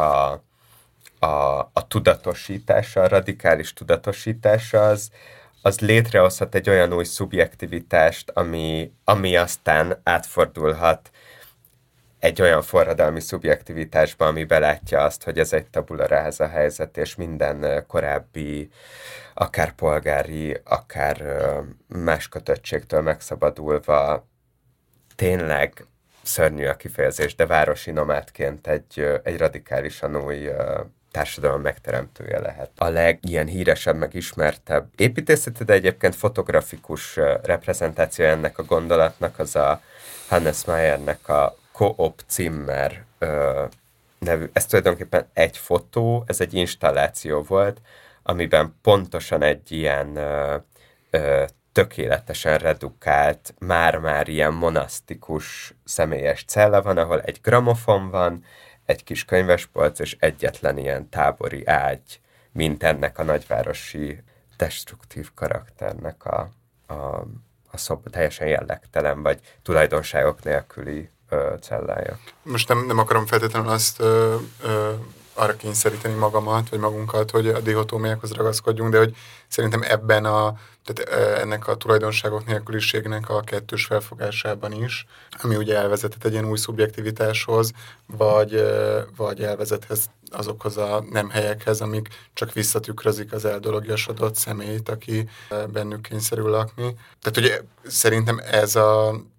a tudatosítása, a radikális tudatosítása az létrehozhat egy olyan új szubjektivitást, ami aztán átfordulhat egy olyan forradalmi szubjektivitásba, ami belátja azt, hogy ez egy tabula rasa helyzet, és minden korábbi, akár polgári, akár más kötöttségtől megszabadulva tényleg szörnyű a kifejezés, de városi nomádként egy radikálisan új társadalom megteremtője lehet. A legilyen híresebb, meg ismertebb építészeti, de egyébként fotografikus reprezentáció ennek a gondolatnak az a Hannes Mayernek a Coop Zimmer nevű, ez tulajdonképpen egy fotó, ez egy installáció volt, amiben pontosan egy ilyen tökéletesen redukált, már-már ilyen monasztikus személyes cella van, ahol egy gramofon van, egy kis könyvespolc, és egyetlen ilyen tábori ágy, mint ennek a nagyvárosi destruktív karakternek a teljesen jellegtelen, vagy tulajdonságok nélküli cellája. Most nem akarom feltétlenül azt arra kényszeríteni magamat, vagy magunkat, hogy a dihotómiákhoz ragaszkodjunk, de hogy szerintem ebben tehát ennek a tulajdonságok nélküliségnek a kettős felfogásában is, ami ugye elvezetett egy ilyen új szubjektivitáshoz, vagy elvezethet azokhoz a nem helyekhez, amik csak visszatükrözik az eldologiasodott személyt, aki bennük kényszerül lakni. Tehát ugye szerintem ez a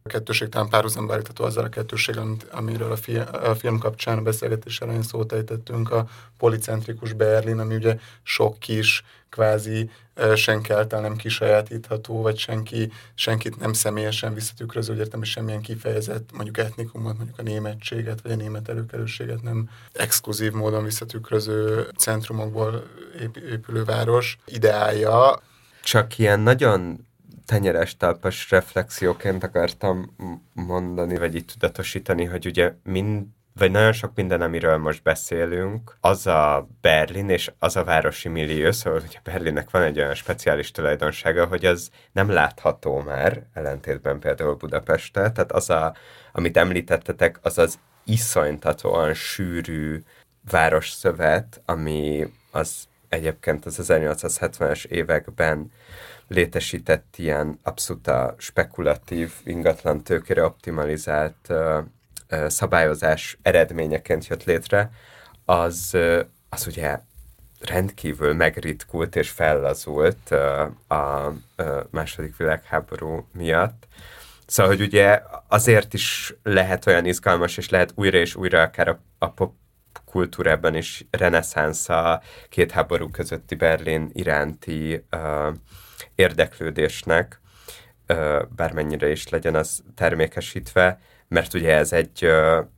kettőség talán párhuzamba állítható azzal a kettőséggel, amiről a film kapcsán a beszélgetés elején szót ejtettünk, a policentrikus Berlin, ami ugye sok kis, kvázi senki által nem kisajátítható, vagy senkit nem személyesen visszatükröző, úgy értem, hogy semmilyen kifejezett, mondjuk etnikumot, mondjuk a németséget, vagy a német előkelőséget nem exkluzív módon visszatükröző centrumokból épülő város ideálja. Csak ilyen nagyon tenyeres talpas reflexióként akartam mondani, vagy így tudatosítani, hogy ugye vagy nagyon sok minden, amiről most beszélünk, az a Berlin és az a városi millió, szóval hogy a Berlinnek van egy olyan speciális tulajdonsága, hogy az nem látható már, ellentétben például Budapesttel, tehát amit említettetek, az iszonytatóan sűrű városszövet, ami az egyébként az 1870-es években létesített ilyen abszolút spekulatív, ingatlan tőkére optimalizált szabályozás eredményeként jött létre, az ugye rendkívül megritkult és fellazult a második világháború miatt. Szóval, hogy ugye azért is lehet olyan izgalmas, és lehet újra és újra akár a popkultúrában is reneszánsz a két háború közötti Berlin iránti érdeklődésnek, bármennyire is legyen az termékesítve, mert ugye ez egy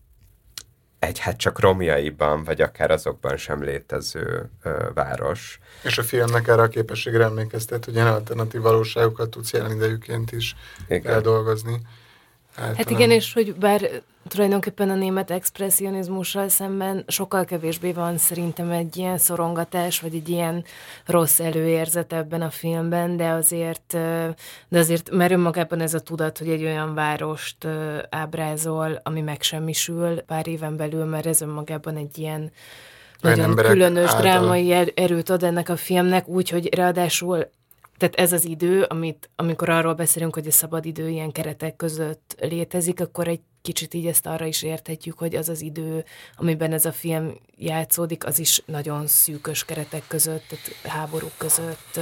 hát csak romjaiban, vagy akár azokban sem létező város. És a filmnek erre a képességre emlékeztet, hogy ilyen alternatív valóságokat tudsz jelen idejűként is eldolgozni. Hát igen, és hogy bár tulajdonképpen a német expresszionizmussal szemben sokkal kevésbé van szerintem egy ilyen szorongatás, vagy egy ilyen rossz előérzet ebben a filmben, de azért már önmagában ez a tudat, hogy egy olyan várost ábrázol, ami megsemmisül pár éven belül, mert ez önmagában egy ilyen nagyon különös drámai erőt ad ennek a filmnek, úgyhogy ráadásul tehát ez az idő, amikor arról beszélünk, hogy a szabadidő ilyen keretek között létezik, akkor egy kicsit így ezt arra is érthetjük, hogy az az idő, amiben ez a film játszódik, az is nagyon szűkös keretek között, tehát háborúk között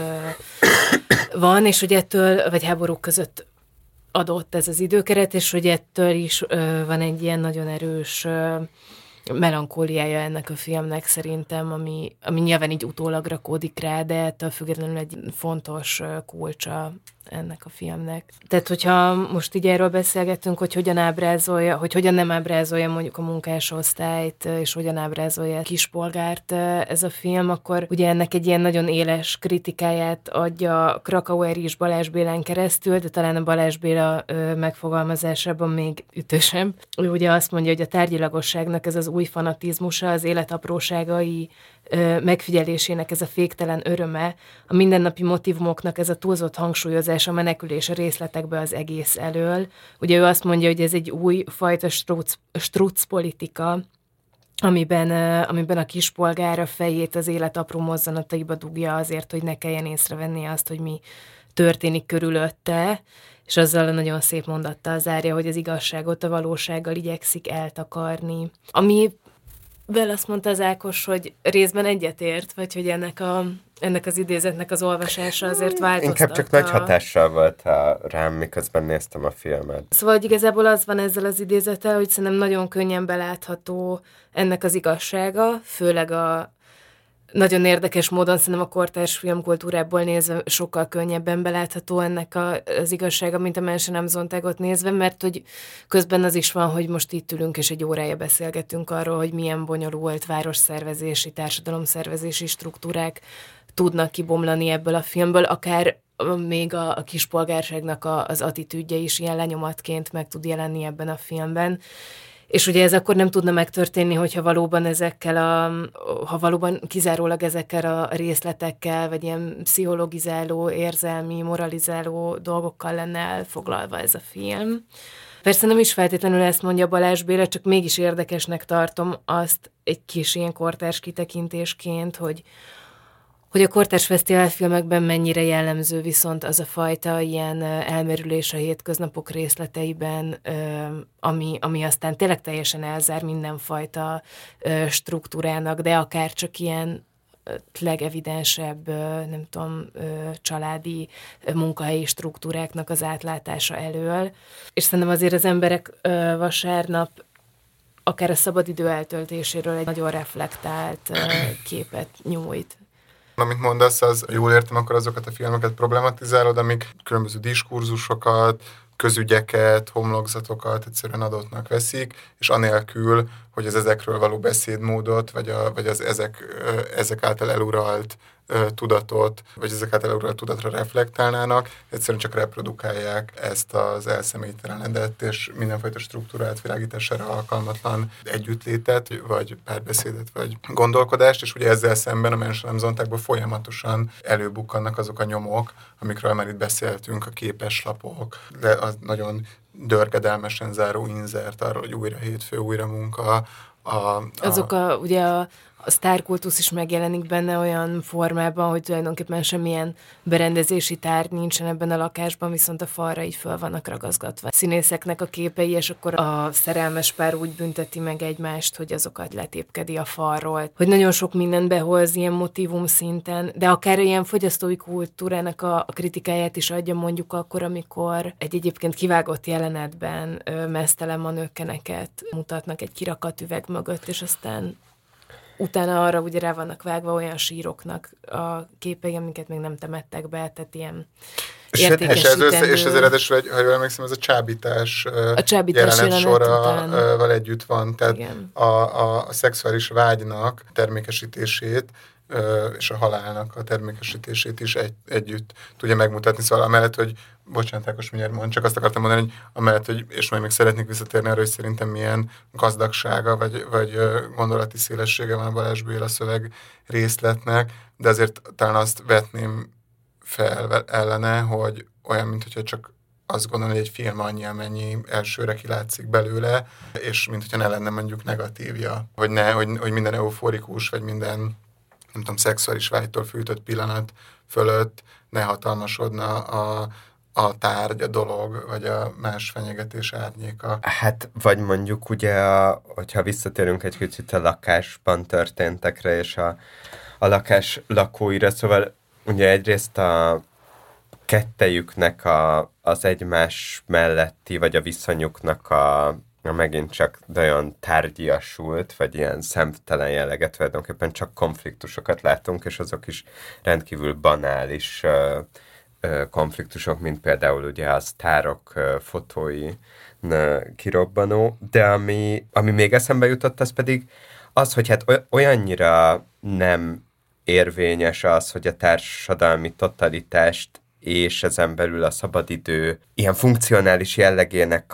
van, és hogy ettől, vagy háborúk között adott ez az időkeret, és hogy ettől is van egy ilyen nagyon erős melankóliája ennek a filmnek szerintem, ami nyilván így utólag rakódik rá, de ettől függetlenül egy fontos kulcsa ennek a filmnek. Tehát, hogyha most így erről beszélgetünk, hogy hogyan ábrázolja, hogy hogyan nem ábrázolja mondjuk a munkásosztályt, és hogyan ábrázolja a kispolgárt ez a film, akkor ugye ennek egy ilyen nagyon éles kritikáját adja Krakauer is Balázs Bélán keresztül, de talán a Balázs Béla megfogalmazásában még ütősebb. Ő ugye azt mondja, hogy a tárgyilagosságnak ez az új fanatizmusa, az élet apróságai megfigyelésének ez a féktelen öröme, a mindennapi motívumoknak ez a túlzott hangsúlyozás, a menekülés a részletekbe az egész elől. Ugye ő azt mondja, hogy ez egy új fajta struc politika, amiben a kispolgár a fejét az élet apró mozzanataiba dugja azért, hogy ne kelljen észrevenni azt, hogy mi történik körülötte, és azzal a nagyon szép mondattal zárja, hogy az igazságot a valósággal igyekszik eltakarni. Vel azt mondta az Ákos, hogy részben egyetért, vagy hogy ennek az idézetnek az olvasása azért változtatta. Inkább csak nagy hatással volt rám, miközben néztem a filmet. Szóval hogy igazából az van ezzel az idézettel, hogy szerintem nagyon könnyen belátható ennek az igazsága, főleg a nagyon érdekes módon szerintem a kortárs filmkultúrából nézve sokkal könnyebben belátható ennek az igazsága, mint a Mensen am Sonntagot nézve, mert hogy közben az is van, hogy most itt ülünk és egy órája beszélgetünk arról, hogy milyen bonyolult városszervezési, társadalomszervezési struktúrák tudnak kibomlani ebből a filmből, akár még a kispolgárságnak az attitűdje is ilyen lenyomatként meg tud jelenni ebben a filmben. És ugye ez akkor nem tudna megtörténni, hogyha valóban ha valóban kizárólag ezekkel a részletekkel, vagy ilyen pszichologizáló, érzelmi, moralizáló dolgokkal lenne elfoglalva ez a film. Persze nem is feltétlenül ezt mondja Balázs Béla, csak mégis érdekesnek tartom azt egy kis ilyen kortárs kitekintésként, hogy a kortárs fesztiválfilmekben mennyire jellemző viszont az a fajta ilyen elmerülés a hétköznapok részleteiben, ami aztán tényleg teljesen elzár mindenfajta struktúrának, de akár csak ilyen legevidensebb, nem tudom, családi munkahelyi struktúráknak az átlátása elől. És szerintem azért az emberek vasárnap akár a szabadidő eltöltéséről egy nagyon reflektált képet nyújt. Amit mondasz, az jól értem, akkor azokat a filmeket problematizálod, amik különböző diskurzusokat, közügyeket, homlokzatokat egyszerűen adottnak veszik, és anélkül, hogy az ezekről való beszédmódot, vagy az ezek által eluralt tudatot, vagy ezek által eluralt tudatra reflektálnának, egyszerűen csak reprodukálják ezt az elszemélytelenedett és mindenfajta struktúrát világítására alkalmatlan együttlétet, vagy párbeszédet, vagy gondolkodást, és ugye ezzel szemben a menselemzontákban folyamatosan előbukkannak azok a nyomok, amikről már itt beszéltünk, a képeslapok, de az nagyon dörgedelmesen záró inzert arról, hogy újra hétfő, újra munka. Azok ugye a sztárkultusz is megjelenik benne olyan formában, hogy tulajdonképpen semmilyen berendezési tárgy nincsen ebben a lakásban, viszont a falra így föl vannak ragaszgatva színészeknek a képei, és akkor a szerelmes pár úgy bünteti meg egymást, hogy azokat letépkedi a falról. Hogy nagyon sok mindent behoz ilyen motívum szinten, de akár ilyen fogyasztói kultúrának a kritikáját is adja mondjuk akkor, amikor egy egyébként kivágott jelenetben meztelen manőkeneket mutatnak egy kirakat üveg mögött, és aztán utána arra ugye rá vannak vágva olyan síroknak a képei, amiket még nem temettek be, tehát ilyen értékesítendő. És ez eredesül, ha jól emlékszem, ez a csábítás jelenet sorral együtt van. Tehát a szexuális vágynak termékesítését és a halálnak a termékesítését is együtt tudja megmutatni. Szóval amellett, hogy bocsánat, Ákos, mindjárt csak azt akartam mondani, hogy amellett, hogy, és majd még szeretnék visszatérni arra, hogy szerintem milyen gazdagsága, vagy gondolati szélessége van a Balázs Béla szöveg részletnek, de azért talán azt vetném fel ellene, hogy olyan, mintha csak azt gondolom, hogy egy film annyi, amennyi elsőre kilátszik belőle, és mintha ne lenne mondjuk negatívja. Hogy minden euforikus, vagy minden, nem tudom, szexuális vágytól fűtött pillanat fölött ne hatalmasodna a tárgy, a dolog, vagy a más fenyegetés árnyéka. Hát, vagy mondjuk ugye, hogyha visszatérünk egy kicsit a lakásban történtekre, és a lakás lakóira, szóval ugye egyrészt a kettejüknek az egymás melletti, vagy a viszonyuknak a megint csak nagyon tárgyiasult, vagy ilyen szemtelen jelleget, tulajdonképpen csak konfliktusokat látunk, és azok is rendkívül banális konfliktusok, mint például ugye a sztárok fotói kirobbanó, de ami még eszembe jutott, az pedig az, hogy hát olyannyira nem érvényes az, hogy a társadalmi totalitást és ezen belül a szabadidő ilyen funkcionális jellegének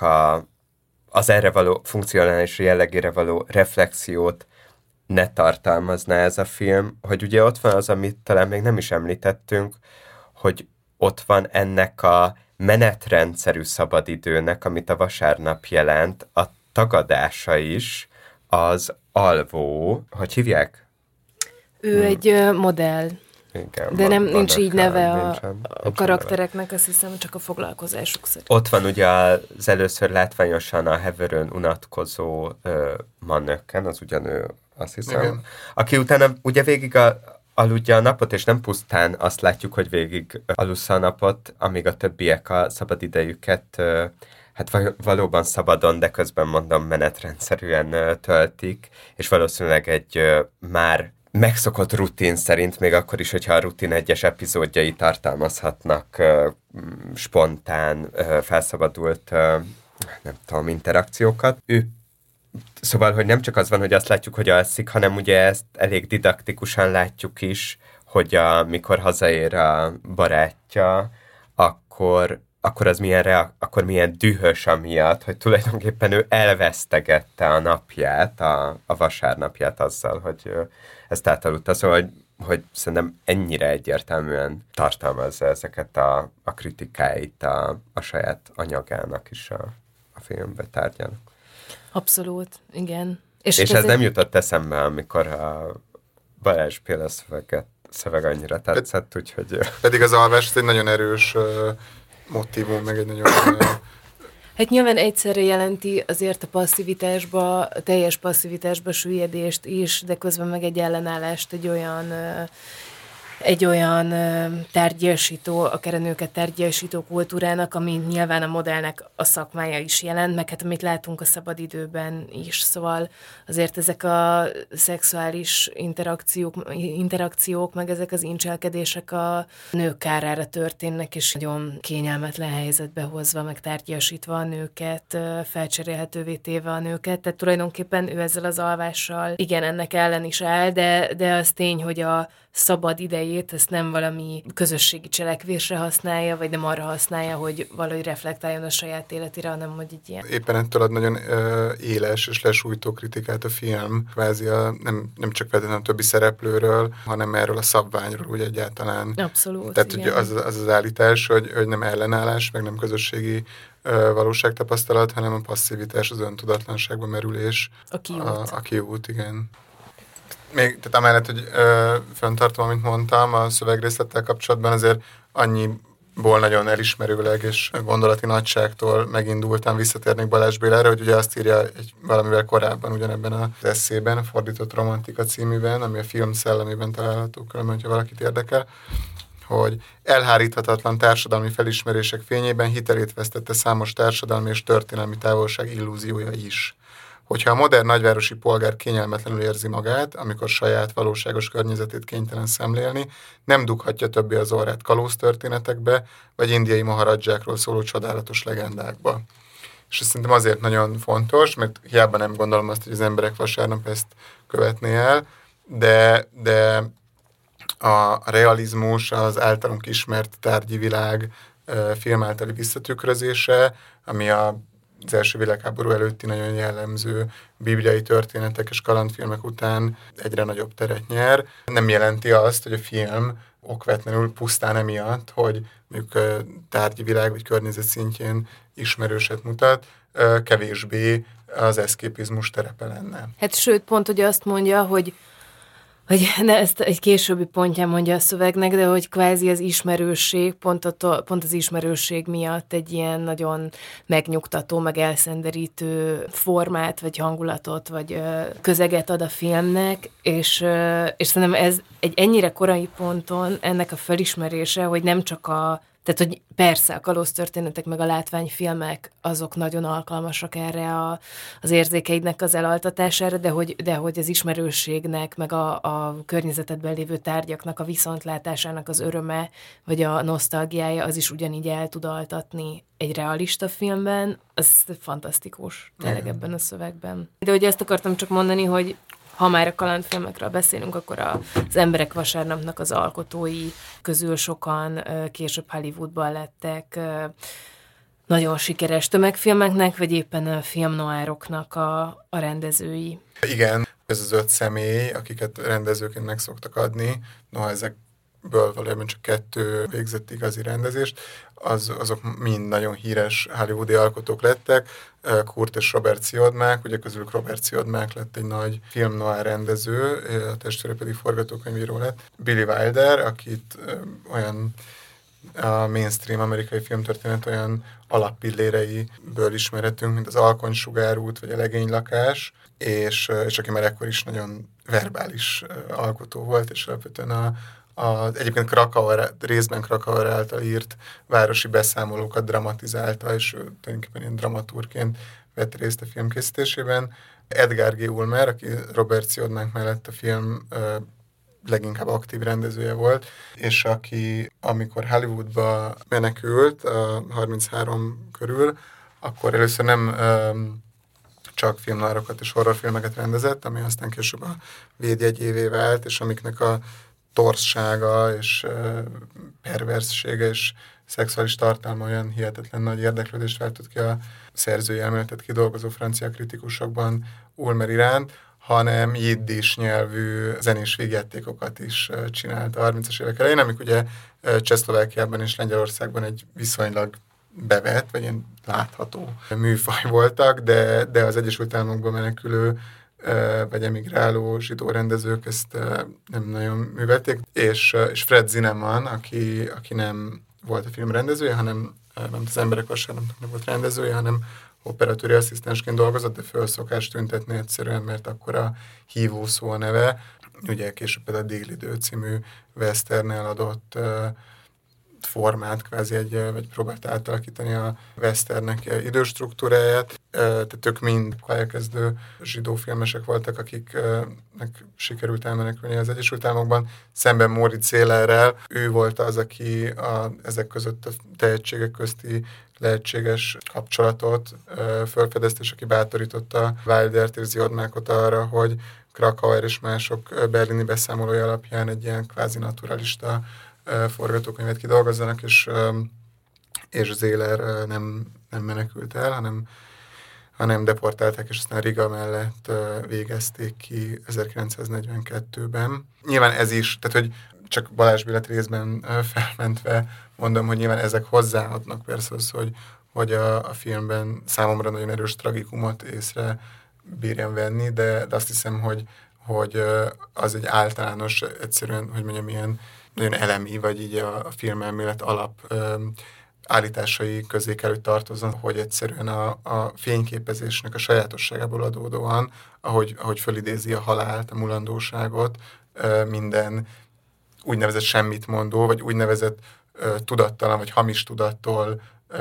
az erre való funkcionális jellegére való reflexiót ne tartalmazná ez a film, hogy ugye ott van az, amit talán még nem is említettünk, hogy ott van ennek a menetrendszerű szabadidőnek, amit a vasárnap jelent, a tagadása is, az alvó, hogy hívják? Ő egy modell. Igen, de nincs így neve a karaktereknek, neve. Azt hiszem, csak a foglalkozásuk szerint. Ott van ugye az először látványosan a heverőn unatkozó Mannöken, az ugyanő, azt hiszem, igen. Aki utána ugye végig aludja a napot, és nem pusztán azt látjuk, hogy végig alussza a napot, amíg a többiek a szabadidejüket hát valóban szabadon, de közben mondom menetrendszerűen töltik, és valószínűleg egy már megszokott rutin szerint, még akkor is, hogyha a rutin egyes epizódjai tartalmazhatnak spontán, felszabadult, nem tudom, interakciókat. Szóval, hogy nem csak az van, hogy azt látjuk, hogy alszik, hanem ugye ezt elég didaktikusan látjuk is, hogy mikor hazaér a barátja, akkor az akkor milyen dühös amiatt, hogy tulajdonképpen ő elvesztegette a napját, a vasárnapját azzal, hogy ezt átaludta. Szóval, hogy szerintem ennyire egyértelműen tartalmazza ezeket a kritikáit a saját anyagának is a filmbe tárgyának. Abszolút, igen. És ez nem jutott eszembe, amikor a Balázs Béla szöveg annyira tetszett, úgyhogy... Pedig az alvás egy nagyon erős motívum, meg egy nagyon Hát nyilván egyszerre jelenti azért a teljes passzivitásba süllyedést is, de közben meg egy ellenállást egy olyan tárgyasító, akár a nőket tárgyasító kultúrának, ami nyilván a modellnek a szakmája is jelent, meg hát amit látunk a szabadidőben is, szóval azért ezek a szexuális interakciók meg ezek az incselkedések a nők kárára történnek, és nagyon kényelmetlen helyzetbe hozva, meg tárgyasítva a nőket, felcserélhetővé téve a nőket, tehát tulajdonképpen ő ezzel az alvással igen, ennek ellen is áll, de az tény, hogy a szabad idejét, ezt nem valami közösségi cselekvésre használja, vagy nem arra használja, hogy valahogy reflektáljon a saját életére, hanem hogy egy ilyen. Éppen ettől ad nagyon éles és lesújtó kritikát a film, kvázi nem csak feltétlenül a többi szereplőről, hanem erről a szabványról úgy egyáltalán. Abszolút, tehát ugye az állítás, hogy nem ellenállás, meg nem közösségi valóságtapasztalat, hanem a passzivitás, az öntudatlanságba merülés. A kiút, igen. Még, tehát amellett, hogy fenntartom, amit mondtam, a szövegrészlettel kapcsolatban azért annyiból nagyon elismerőleg és gondolati nagyságtól megindultam, visszatérnék Balázs Bélára, hogy ugye azt írja valamivel korábban ugyanebben az esszében, a Fordított romantika címűben, ami a film szellemében található, különben, hogyha valakit érdekel, hogy elháríthatatlan társadalmi felismerések fényében hitelét vesztette számos társadalmi és történelmi távolság illúziója is. Hogyha a modern nagyvárosi polgár kényelmetlenül érzi magát, amikor saját valóságos környezetét kénytelen szemlélni, nem dughatja többé az orrát kalóztörténetekbe, vagy indiai maharadzsákról szóló csodálatos legendákba. És ez szerintem azért nagyon fontos, mert hiába nem gondolom azt, hogy az emberek vasárnap ezt követné el, de a realizmus, az általunk ismert tárgyi világ film általi visszatükrözése, ami az első világháború előtti nagyon jellemző bibliai történetek és kalandfilmek után egyre nagyobb teret nyer. Nem jelenti azt, hogy a film okvetlenül pusztán emiatt, hogy mondjuk tárgyi világ vagy környezet szintjén ismerőset mutat, kevésbé az eszképizmus terepe lenne. Hát sőt, pont ugye azt mondja, hogy ezt egy későbbi pontján mondja a szövegnek, de hogy kvázi az ismerősség, pont az ismerősség miatt egy ilyen nagyon megnyugtató, meg elszenderítő formát, vagy hangulatot, vagy közeget ad a filmnek, és szerintem ez egy ennyire korai ponton ennek a felismerése, hogy nem csak tehát, hogy persze a kalóztörténetek meg a látványfilmek azok nagyon alkalmasak erre az érzékeidnek az elaltatására, de hogy az ismerősségnek, meg a környezetedben lévő tárgyaknak a viszontlátásának az öröme, vagy a nosztalgiája, az is ugyanígy el tud altatni egy realista filmben, az fantasztikus tényleg ebben a szövegben. De hogy ezt akartam csak mondani, hogy ha már a kalandfilmekről beszélünk, akkor az Emberek vasárnapnak az alkotói közül sokan később Hollywoodban lettek nagyon sikeres tömegfilmeknek, vagy éppen a filmnoároknak a rendezői. Igen, ez az 5 személy, akiket rendezőként meg szoktak adni, noha ezekből valójában csak 2 végzett igazi rendezést, azok mind nagyon híres hollywoodi alkotók lettek, Kurt és Robert Siodmak, ugye közülük Robert Siodmak lett egy nagy filmnoir rendező, a testvére pedig forgatókönyvíró lett. Billy Wilder, akit olyan a mainstream amerikai filmtörténet olyan alappilléreiből ismerhetünk, mint az Alkonysugárút vagy a Legénylakás, és aki már ekkor is nagyon verbális alkotó volt, és alapvetően egyébként részben Krakauer által írt városi beszámolókat dramatizálta, és ő tulajdonképpen ilyen dramaturgként vett részt a film készítésében. Edgar G. Ulmer, aki Robert Siodmak mellett a film leginkább aktív rendezője volt, és aki amikor Hollywoodba menekült, 33 körül, akkor először nem csak filmnoárokat és horrorfilmeket rendezett, ami aztán később a védjegyévé vált, és amiknek a torzsága és perverssége és szexuális tartalma olyan hihetetlen nagy érdeklődést váltott ki a szerzői elméletet kidolgozó francia kritikusokban Ulmer iránt, hanem jiddis nyelvű zenés végjátékokat is csinált a 30-as évek elején, amik ugye Csehszlovákiában és Lengyelországban egy viszonylag bevett, vagy ilyen látható műfaj voltak, de az Egyesült Államokban menekülő vagy emigráló zsidó rendezők ezt nem nagyon művelték, és Fred Zinnemann, aki nem volt a film rendezője, hanem nem az Emberek vasárnapnak nem volt rendezője, hanem operatőri asszisztensként dolgozott, de fölszokás tüntetni egyszerűen, mert akkor a hívó szó a neve. Ugye később például a Déli Idő című westernnel adott formát, kvázi vagy próbált átalakítani a westernnek időstruktúráját. Tehát ők mind pályakezdő zsidó filmesek voltak, akiknek sikerült elmenekülni az Egyesült Államokban. Szemben Moritz Ehlerrel, ő volt az, aki ezek között a tehetségek közti lehetséges kapcsolatot felfedezte, és aki bátorította Wildert és Ziodmákot arra, hogy Krakauer és mások berlini beszámolója alapján egy ilyen kvázi naturalista forgatókönyvet kidolgozzanak, és Zéler nem menekült el, hanem deportálták, és aztán Riga mellett végezték ki 1942-ben. Nyilván ez is, tehát hogy csak Balázs Bélet részben felmentve mondom, hogy nyilván ezek hozzáadnak persze az, hogy a filmben számomra nagyon erős tragikumot észre bírjam venni, de azt hiszem, hogy az egy általános, egyszerűen, hogy mondjam, ilyen nagyon elemi, vagy így a filmelmélet alap állításai közé kell, hogy tartozzon, hogy egyszerűen a fényképezésnek a sajátosságából adódóan, ahogy fölidézi a halált, a mulandóságot, minden úgynevezett semmit mondó, vagy úgynevezett tudattalan, vagy hamis tudattól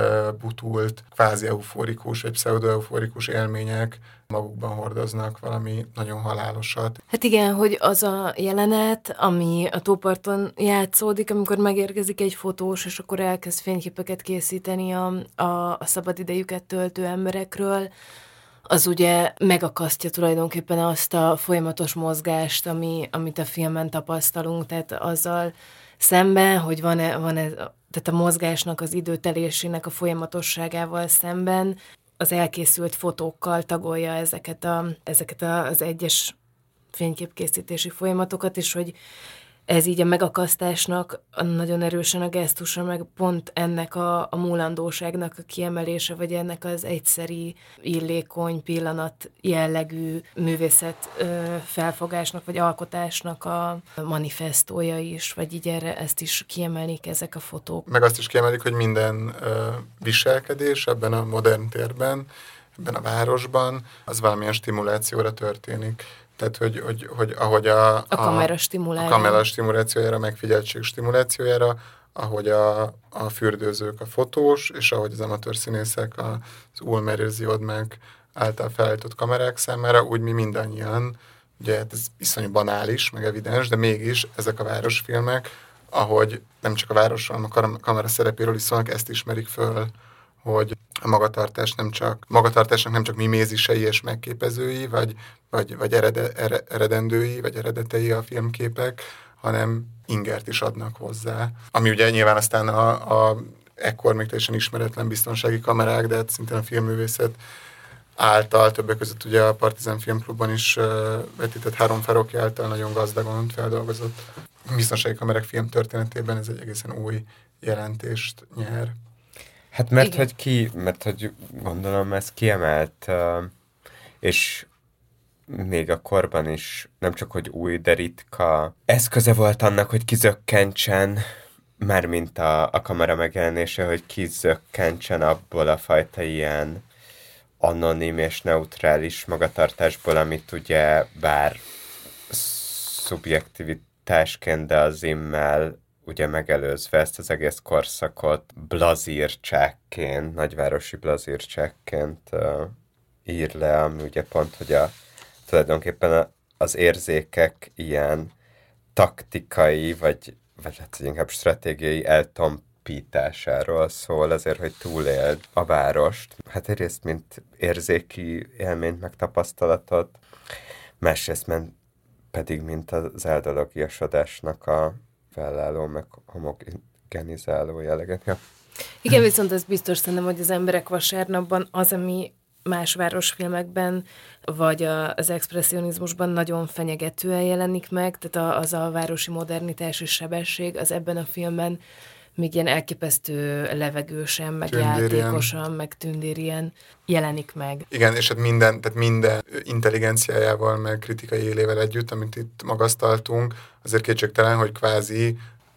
butult, kvázi euforikus, vagy pseudo-euforikus élmények magukban hordoznak valami nagyon halálosat. Hát igen, hogy az a jelenet, ami a tóparton játszódik, amikor megérkezik egy fotós, és akkor elkezd fényképeket készíteni a szabadidejüket töltő emberekről, az ugye megakasztja tulajdonképpen azt a folyamatos mozgást, amit a filmen tapasztalunk, tehát azzal szemben, hogy van ez, tehát a mozgásnak, az időtelésének a folyamatosságával szemben az elkészült fotókkal tagolja ezeket az egyes fényképkészítési folyamatokat, és hogy ez így a megakasztásnak nagyon erősen a gesztusa, meg pont ennek a múlandóságnak a kiemelése, vagy ennek az egyszeri, illékony, pillanat jellegű művészet felfogásnak, vagy alkotásnak a manifestója is, vagy így ezt is kiemelik ezek a fotók. Meg azt is kiemelik, hogy minden viselkedés ebben a modern térben, ebben a városban, az valamilyen stimulációra történik. Tehát, hogy ahogy a kamera stimulációjára, a megfigyeltség stimulációjára, ahogy a fürdőzők a fotós, és ahogy az amatőr színészek az Ulmer és Ziodmák által felállított kamerák számára, úgy mi mindannyian, ugye ez iszonyú banális, meg evidens, de mégis ezek a városfilmek, ahogy nem csak a városról, hanem a kamera szerepéről is szólnak, ezt ismerik föl, hogy a magatartásnak nem csak mimézisei és megképezői, vagy eredendői, vagy eredetei a filmképek, hanem ingert is adnak hozzá. Ami ugye nyilván aztán a ekkor még teljesen ismeretlen biztonsági kamerák, de hát szintén a filmművészet által, többek között ugye a Partizán Filmklubban is vetített Három Ferocchi által nagyon gazdagon feldolgozott biztonsági kamerák film történetében ez egy egészen új jelentést nyer. Hát mert hogy gondolom ez kiemelt, és még a korban is nem csak, hogy új, de ritka eszköze volt annak, hogy kizökkentsen, mármint a kamera megjelenése, hogy kizökkentsen abból a fajta ilyen anonim és neutrális magatartásból, amit ugye bár szubjektivitásként, de az immel ugye megelőzve ezt az egész korszakot blazírcságként, nagyvárosi blazírcságként ír le, ami ugye pont, hogy tulajdonképpen az érzékek ilyen taktikai, vagy lehet, hogy inkább stratégiai eltompításáról szól, azért, hogy túléld a várost. Hát egyrészt, mint érzéki élményt, meg tapasztalatot, másrészt pedig, mint az eldologiasodásnak a felálló, meg homogenizáló jelleget. Ja. Igen, viszont ez biztos szerintem, hogy az Emberek vasárnapban az, ami más városfilmekben, vagy az expresszionizmusban nagyon fenyegetően jelenik meg, tehát az a városi modernitás és sebesség, az ebben a filmben még ilyen elképesztő levegősen, meg játékosan, meg tündérien jelenik meg. Igen, és hát minden intelligenciájával, meg kritikai élével együtt, amit itt magasztaltunk, azért kétségtelen, hogy kvázi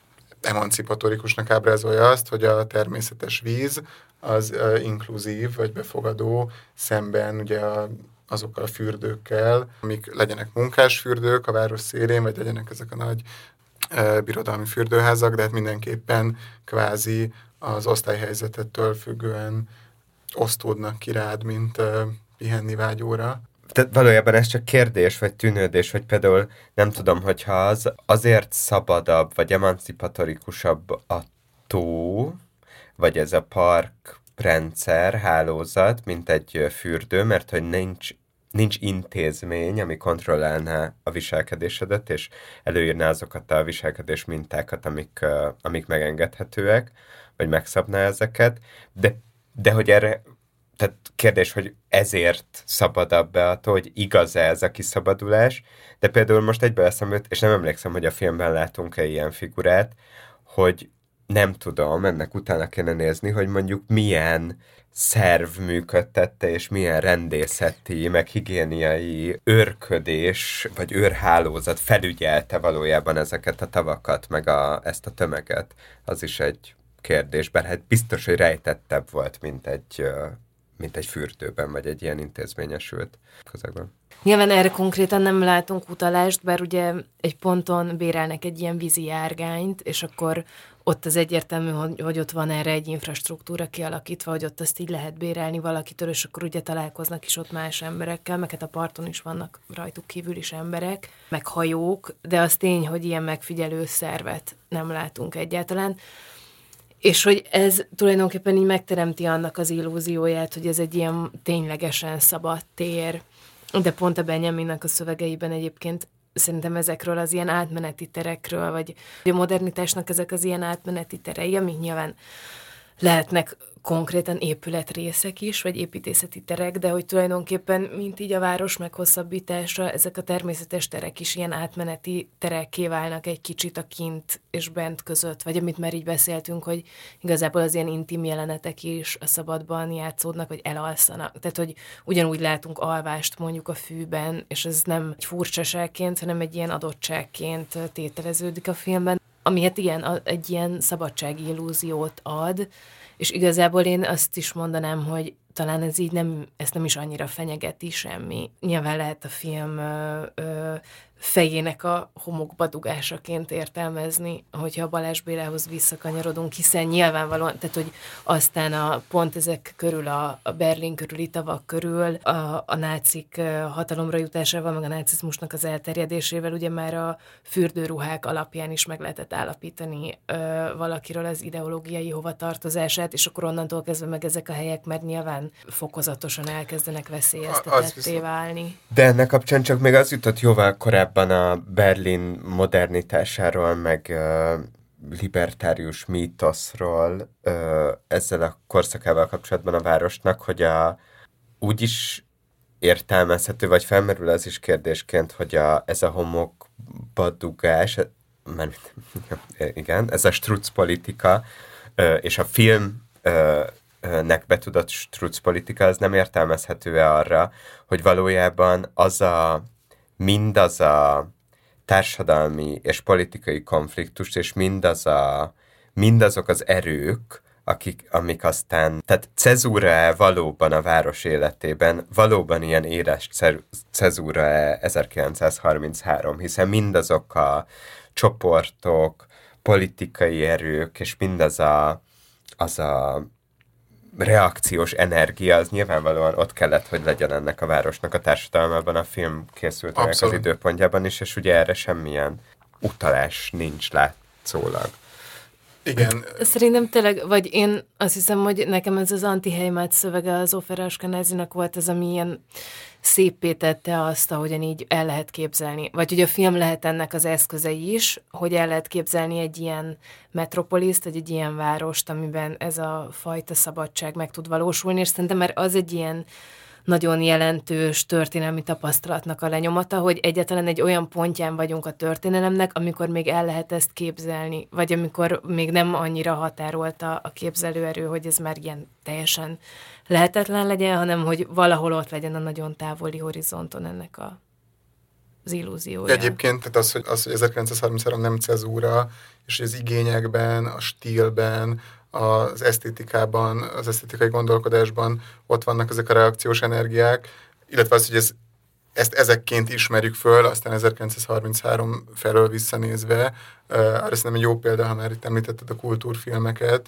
emancipatorikusnak ábrázolja azt, hogy a természetes víz az inkluzív, vagy befogadó szemben ugye azokkal a fürdőkkel, amik legyenek munkásfürdők a város szélén, vagy legyenek ezek a nagy birodalmi fürdőházak, de hát mindenképpen kvázi az osztályhelyzetettől függően osztódnak ki rád, mint pihenni vágyóra. Tehát valójában ez csak kérdés, vagy tűnődés, vagy például nem tudom, hogyha az azért szabadabb, vagy emancipatorikusabb a tó, vagy ez a parkrendszer, hálózat, mint egy fürdő, mert hogy nincs intézmény, ami kontrollálná a viselkedésedet, és előírná azokat a viselkedés mintákat, amik megengedhetőek, vagy megszabná ezeket, de hogy erre, tehát kérdés, hogy ezért szabadabb-e attól, hogy igaz-e ez a kiszabadulás, de például most egybe eszembe jut, és nem emlékszem, hogy a filmben látunk-e ilyen figurát, hogy nem tudom, ennek utána kéne nézni, hogy mondjuk milyen szerv működtette, és milyen rendészeti, meg higiéniai őrködés, vagy őrhálózat felügyelte valójában ezeket a tavakat, meg ezt a tömeget. Az is egy kérdés, bár hát biztos, hogy rejtettebb volt, mint egy fürdőben, vagy egy ilyen intézményesült közegben. Nyilván erre konkrétan nem látunk utalást, bár ugye egy ponton bérelnek egy ilyen vízi járgányt, és akkor ott az egyértelmű, hogy ott van erre egy infrastruktúra kialakítva, hogy ott azt így lehet bérelni valakitől, és akkor ugye találkoznak is ott más emberekkel, meg hát a parton is vannak rajtuk kívül is emberek, meg hajók, de az tény, hogy ilyen megfigyelő szervet nem látunk egyáltalán. És hogy ez tulajdonképpen így megteremti annak az illúzióját, hogy ez egy ilyen ténylegesen szabad tér. De pont a Benjaminnak a szövegeiben egyébként szerintem ezekről az ilyen átmeneti terekről, vagy a modernitásnak ezek az ilyen átmeneti terei, amik nyilván lehetnek konkrétan épületrészek is, vagy építészeti terek, de hogy tulajdonképpen, mint így a város meghosszabbítása, ezek a természetes terek is ilyen átmeneti terekké válnak egy kicsit a kint és bent között, vagy amit már így beszéltünk, hogy igazából az ilyen intim jelenetek is a szabadban játszódnak, vagy elalszanak. Tehát, hogy ugyanúgy látunk alvást mondjuk a fűben, és ez nem egy furcsaságként, hanem egy ilyen adottságként tételeződik a filmben, ami hát igen, egy ilyen szabadsági illúziót ad, és igazából én azt is mondanám, hogy talán ez így ezt nem is annyira fenyegeti semmi. Nyilván lehet a film fejének a homokba dugásaként értelmezni, hogyha Balázs Bélához visszakanyarodunk, hiszen nyilvánvalóan, tehát hogy aztán pont ezek körül, a Berlin körüli tavak körül, a nácik hatalomra jutásával, meg a nácizmusnak az elterjedésével ugye már a fürdőruhák alapján is meg lehetett állapítani valakiről az ideológiai hovatartozását, és akkor onnantól kezdve meg ezek a helyek már nyilván fokozatosan elkezdenek veszélyeztetetté válni. De ennek kapcsán csak még az jutott jóval korábban a Berlin modernitásáról, meg libertárius mítoszról ezzel a korszakával kapcsolatban a városnak, hogy úgy is értelmezhető, vagy felmerül az is kérdésként, hogy ez a homokba dugás, igen, ez a struc politika, és a filmnek betudott struc politika, az nem értelmezhető arra, hogy valójában mindaz a társadalmi és politikai konfliktust, és mindazok az erők, amik aztán, tehát cezúra-e valóban a város életében, valóban ilyen éles cezúra-e 1933, hiszen mindazok a csoportok, politikai erők, és mindaz az a reakciós energia, az nyilvánvalóan ott kellett, hogy legyen ennek a városnak a társadalmában, a film készült ennek az időpontjában is, és ugye erre semmilyen utalás nincs látszólag. Igen. Szerintem tényleg, vagy én azt hiszem, hogy nekem ez az Anti-Heimat szövege az Ofer Ashkenazinak volt az, ami ilyen széppé tette azt, ahogyan így el lehet képzelni. Vagy hogy a film lehet ennek az eszközei is, hogy el lehet képzelni egy ilyen metropoliszt, vagy egy ilyen várost, amiben ez a fajta szabadság meg tud valósulni, és szerintem már az egy ilyen nagyon jelentős történelmi tapasztalatnak a lenyomata, hogy egyáltalán egy olyan pontján vagyunk a történelemnek, amikor még el lehet ezt képzelni, vagy amikor még nem annyira határolt a képzelőerő, hogy ez már ilyen teljesen lehetetlen legyen, hanem hogy valahol ott legyen a nagyon távoli horizonton ennek a az illúziója. Egyébként tehát az, hogy 1933 nem cezúra, és hogy az igényekben, a stílben, az esztétikában, az esztétikai gondolkodásban ott vannak ezek a reakciós energiák, illetve az, hogy ezt ezekként ismerjük föl, aztán 1933 felől visszanézve. Arra szerintem egy jó példa, ha már itt említetted a kultúrfilmeket,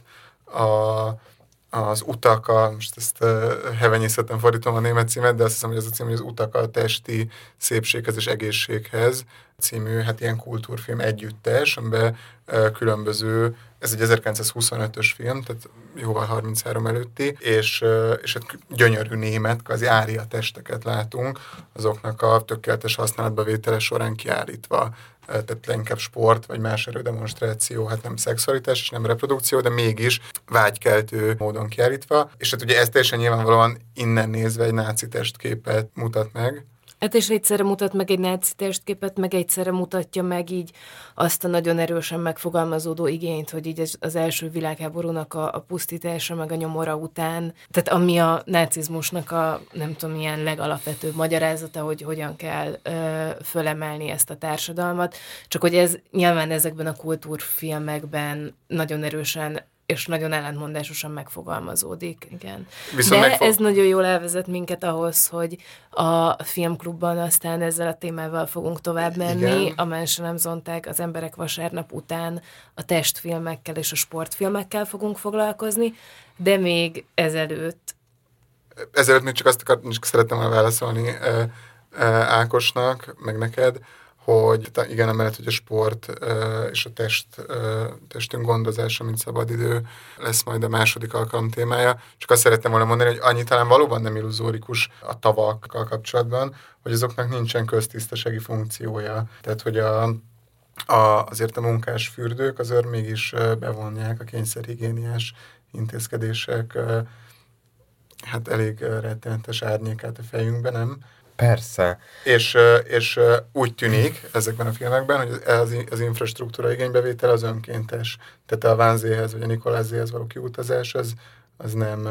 az utak, most ezt hevenyészetten fordítom a német címet, de azt hiszem, hogy az a cím, hogy az utak a testi szépséghez és egészséghez című, hát ilyen kultúrfilm együttes, amiben különböző, ez egy 1925-ös film, tehát jóval 33 előtti, és hát gyönyörű német, kvázi ária testeket látunk, azoknak a tökéletes használatba vétele során kiállítva. Tehát inkább sport, vagy más erődemonstráció, hát nem szexualitás és nem reprodukció, de mégis vágykeltő módon kiállítva. És hát ugye ez teljesen nyilvánvalóan innen nézve egy náci testképet mutat meg. Hát és egyszerre mutat meg egy náci testképet, meg egyszerre mutatja meg így azt a nagyon erősen megfogalmazódó igényt, hogy így az első világháborúnak a pusztítása, meg a nyomora után, tehát ami a nácizmusnak a nem tudom, ilyen legalapvetőbb magyarázata, hogy hogyan kell fölemelni ezt a társadalmat, csak hogy ez nyilván ezekben a kultúrfilmekben nagyon erősen és nagyon ellentmondásosan megfogalmazódik. Igen. De ez nagyon jól elvezet minket ahhoz, hogy a filmklubban aztán ezzel a témával fogunk tovább menni. Igen. A Mensen nem Sonntag, az emberek vasárnap után a testfilmekkel és a sportfilmekkel fogunk foglalkozni, de még ezelőtt még csak szerettem volna válaszolni Ákosnak, meg neked, hogy igen, amellett, hogy a sport és a testünk gondozása, mint szabadidő lesz majd a második alkalom témája. Csak azt szerettem volna mondani, hogy annyi talán valóban nem illuzórikus a tavakkal kapcsolatban, hogy azoknak nincsen köztisztasági funkciója. Tehát, hogy azért a munkás fürdők azért mégis bevonják a kényszerhigiéniás intézkedések hát elég rettenetes árnyékát a fejünkbe, nem? Persze. És úgy tűnik ezekben a filmekben, hogy az infrastruktúra igénybevétel az önkéntes. Tehát a Vánzéhez vagy a Nikolázéhez való kiutazás az nem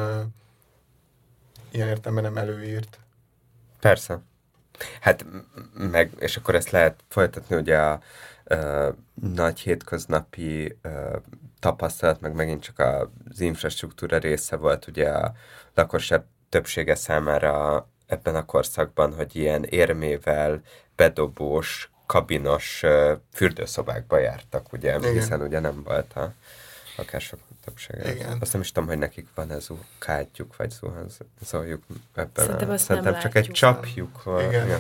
ilyen értelemben nem előírt. Persze. Hát és akkor ezt lehet folytatni, ugye a nagy hétköznapi tapasztalat, meg megint csak az infrastruktúra része volt ugye a lakosság többsége számára ebben a korszakban, hogy ilyen érmével, bedobós, kabinos fürdőszobákba jártak, ugye, igen. Hiszen ugye nem volt a lakások többsége. Igen. Azt nem is tudom, hogy nekik van-e kádjuk, vagy zuhanyzójuk ebben. Szerintem csak egy csapjuk. Igen.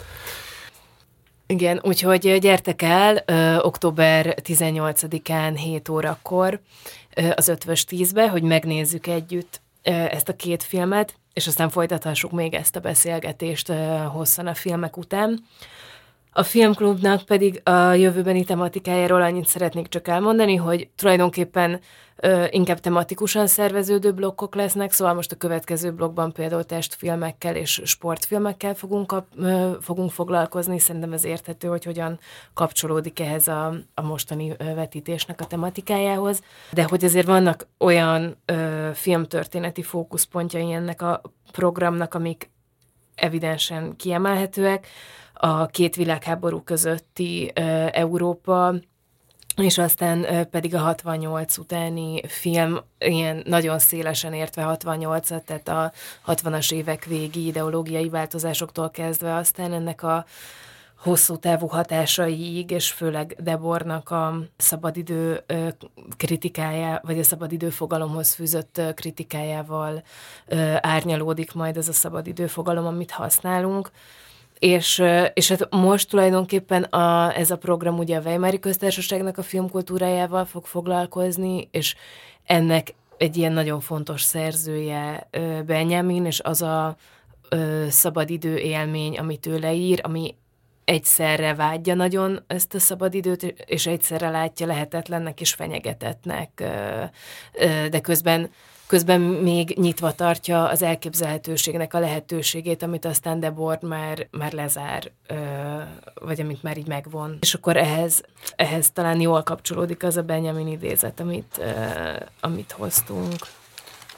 Igen, úgyhogy gyertek el október 18-án 7 órakor az Ötvös 10-be, hogy megnézzük együtt ezt a két filmet, és aztán folytathassuk még ezt a beszélgetést hosszan a filmek után. A filmklubnak pedig a jövőbeni tematikájáról annyit szeretnék csak elmondani, hogy tulajdonképpen inkább tematikusan szerveződő blokkok lesznek, szóval most a következő blokkban például testfilmekkel és sportfilmekkel fogunk foglalkozni. Szerintem ez érthető, hogy hogyan kapcsolódik ehhez a mostani vetítésnek a tematikájához. De hogy azért vannak olyan filmtörténeti fókuszpontjai ennek a programnak, amik evidensen kiemelhetőek. A két világháború közötti Európa, és aztán pedig a 68 utáni film, ilyen nagyon szélesen értve 68-at, tehát a 60-as évek végi ideológiai változásoktól kezdve aztán ennek a hosszú távú hatásaiig, és főleg Debornak a szabadidő kritikája, vagy a szabadidő fogalomhoz fűzött kritikájával árnyalódik majd ez a szabadidő fogalom, amit használunk. És hát most tulajdonképpen ez a program ugye a Weimari Köztársaságnak a filmkultúrájával fog foglalkozni, és ennek egy ilyen nagyon fontos szerzője Benjamin, és az a szabadidő élmény, amit ő leír, ami egyszerre vágyja nagyon ezt a szabadidőt, és egyszerre látja lehetetlennek és fenyegetetnek, de közben még nyitva tartja az elképzelhetőségnek a lehetőségét, amit aztán Debord már lezár, vagy amit már így megvon. És akkor ehhez talán jól kapcsolódik az a Benjamin idézet, amit hoztunk.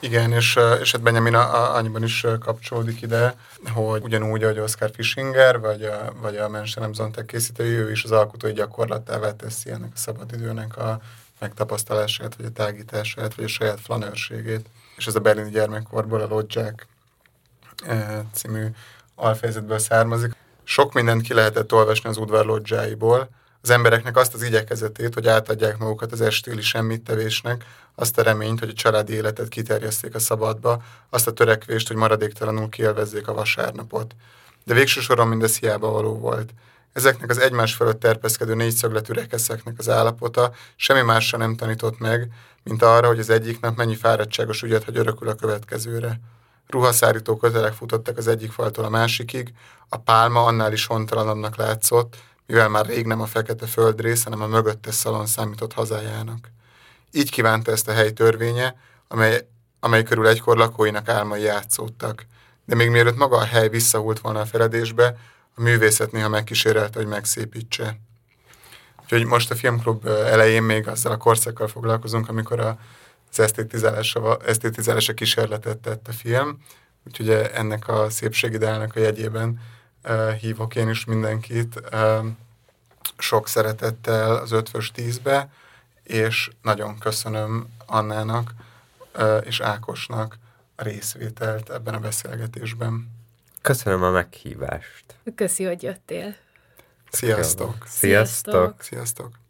Igen, és hát Benjamin annyiban is kapcsolódik ide, hogy ugyanúgy, ahogy Oscar Fischinger, vagy a Mensch Zontek készítői, ő is az alkotói gyakorlattává teszi ennek a szabadidőnek a megtapasztalását, vagy a tágítását, vagy a saját flanőrségét. És ez a berlini gyermekkorból, a Lodzsák című alfejezetből származik. Sok mindent ki lehetett olvasni az udvar lodzsáiból, az embereknek azt az igyekezetét, hogy átadják magukat az estéli semmittevésnek, azt a reményt, hogy a családi életet kiterjesszék a szabadba, azt a törekvést, hogy maradéktalanul kielvezzék a vasárnapot. De végső soron mindez hiába való volt. Ezeknek az egymás fölött terpeszkedő négyszögletű rekeszeknek az állapota semmi másra nem tanított meg, mint arra, hogy az egyik nap mennyi fáradtságos ügyet hagy örökül a következőre. Ruhaszárító kötelek futottak az egyik faltól a másikig, a pálma annál is hontalanabbnak látszott, mivel már rég nem a fekete földrész, hanem a mögöttes szalon számított hazájának. Így kívánta ezt a hely törvénye, amely körül egykor lakóinak álmai játszódtak. De még mielőtt maga a hely visszahult volna a feledésbe, a művészet néha megkísérelte, hogy megszépítse. Úgyhogy most a filmklub elején még azzal a korszakkal foglalkozunk, amikor az esztétizálása kísérletet tett a film. Úgyhogy ennek a szépségideálnak a jegyében hívok én is mindenkit sok szeretettel az 5-10-be, és nagyon köszönöm Annának és Ákosnak a részvételt ebben a beszélgetésben. Köszönöm a meghívást. Köszi, hogy jöttél. Sziasztok! Sziasztok! Sziasztok!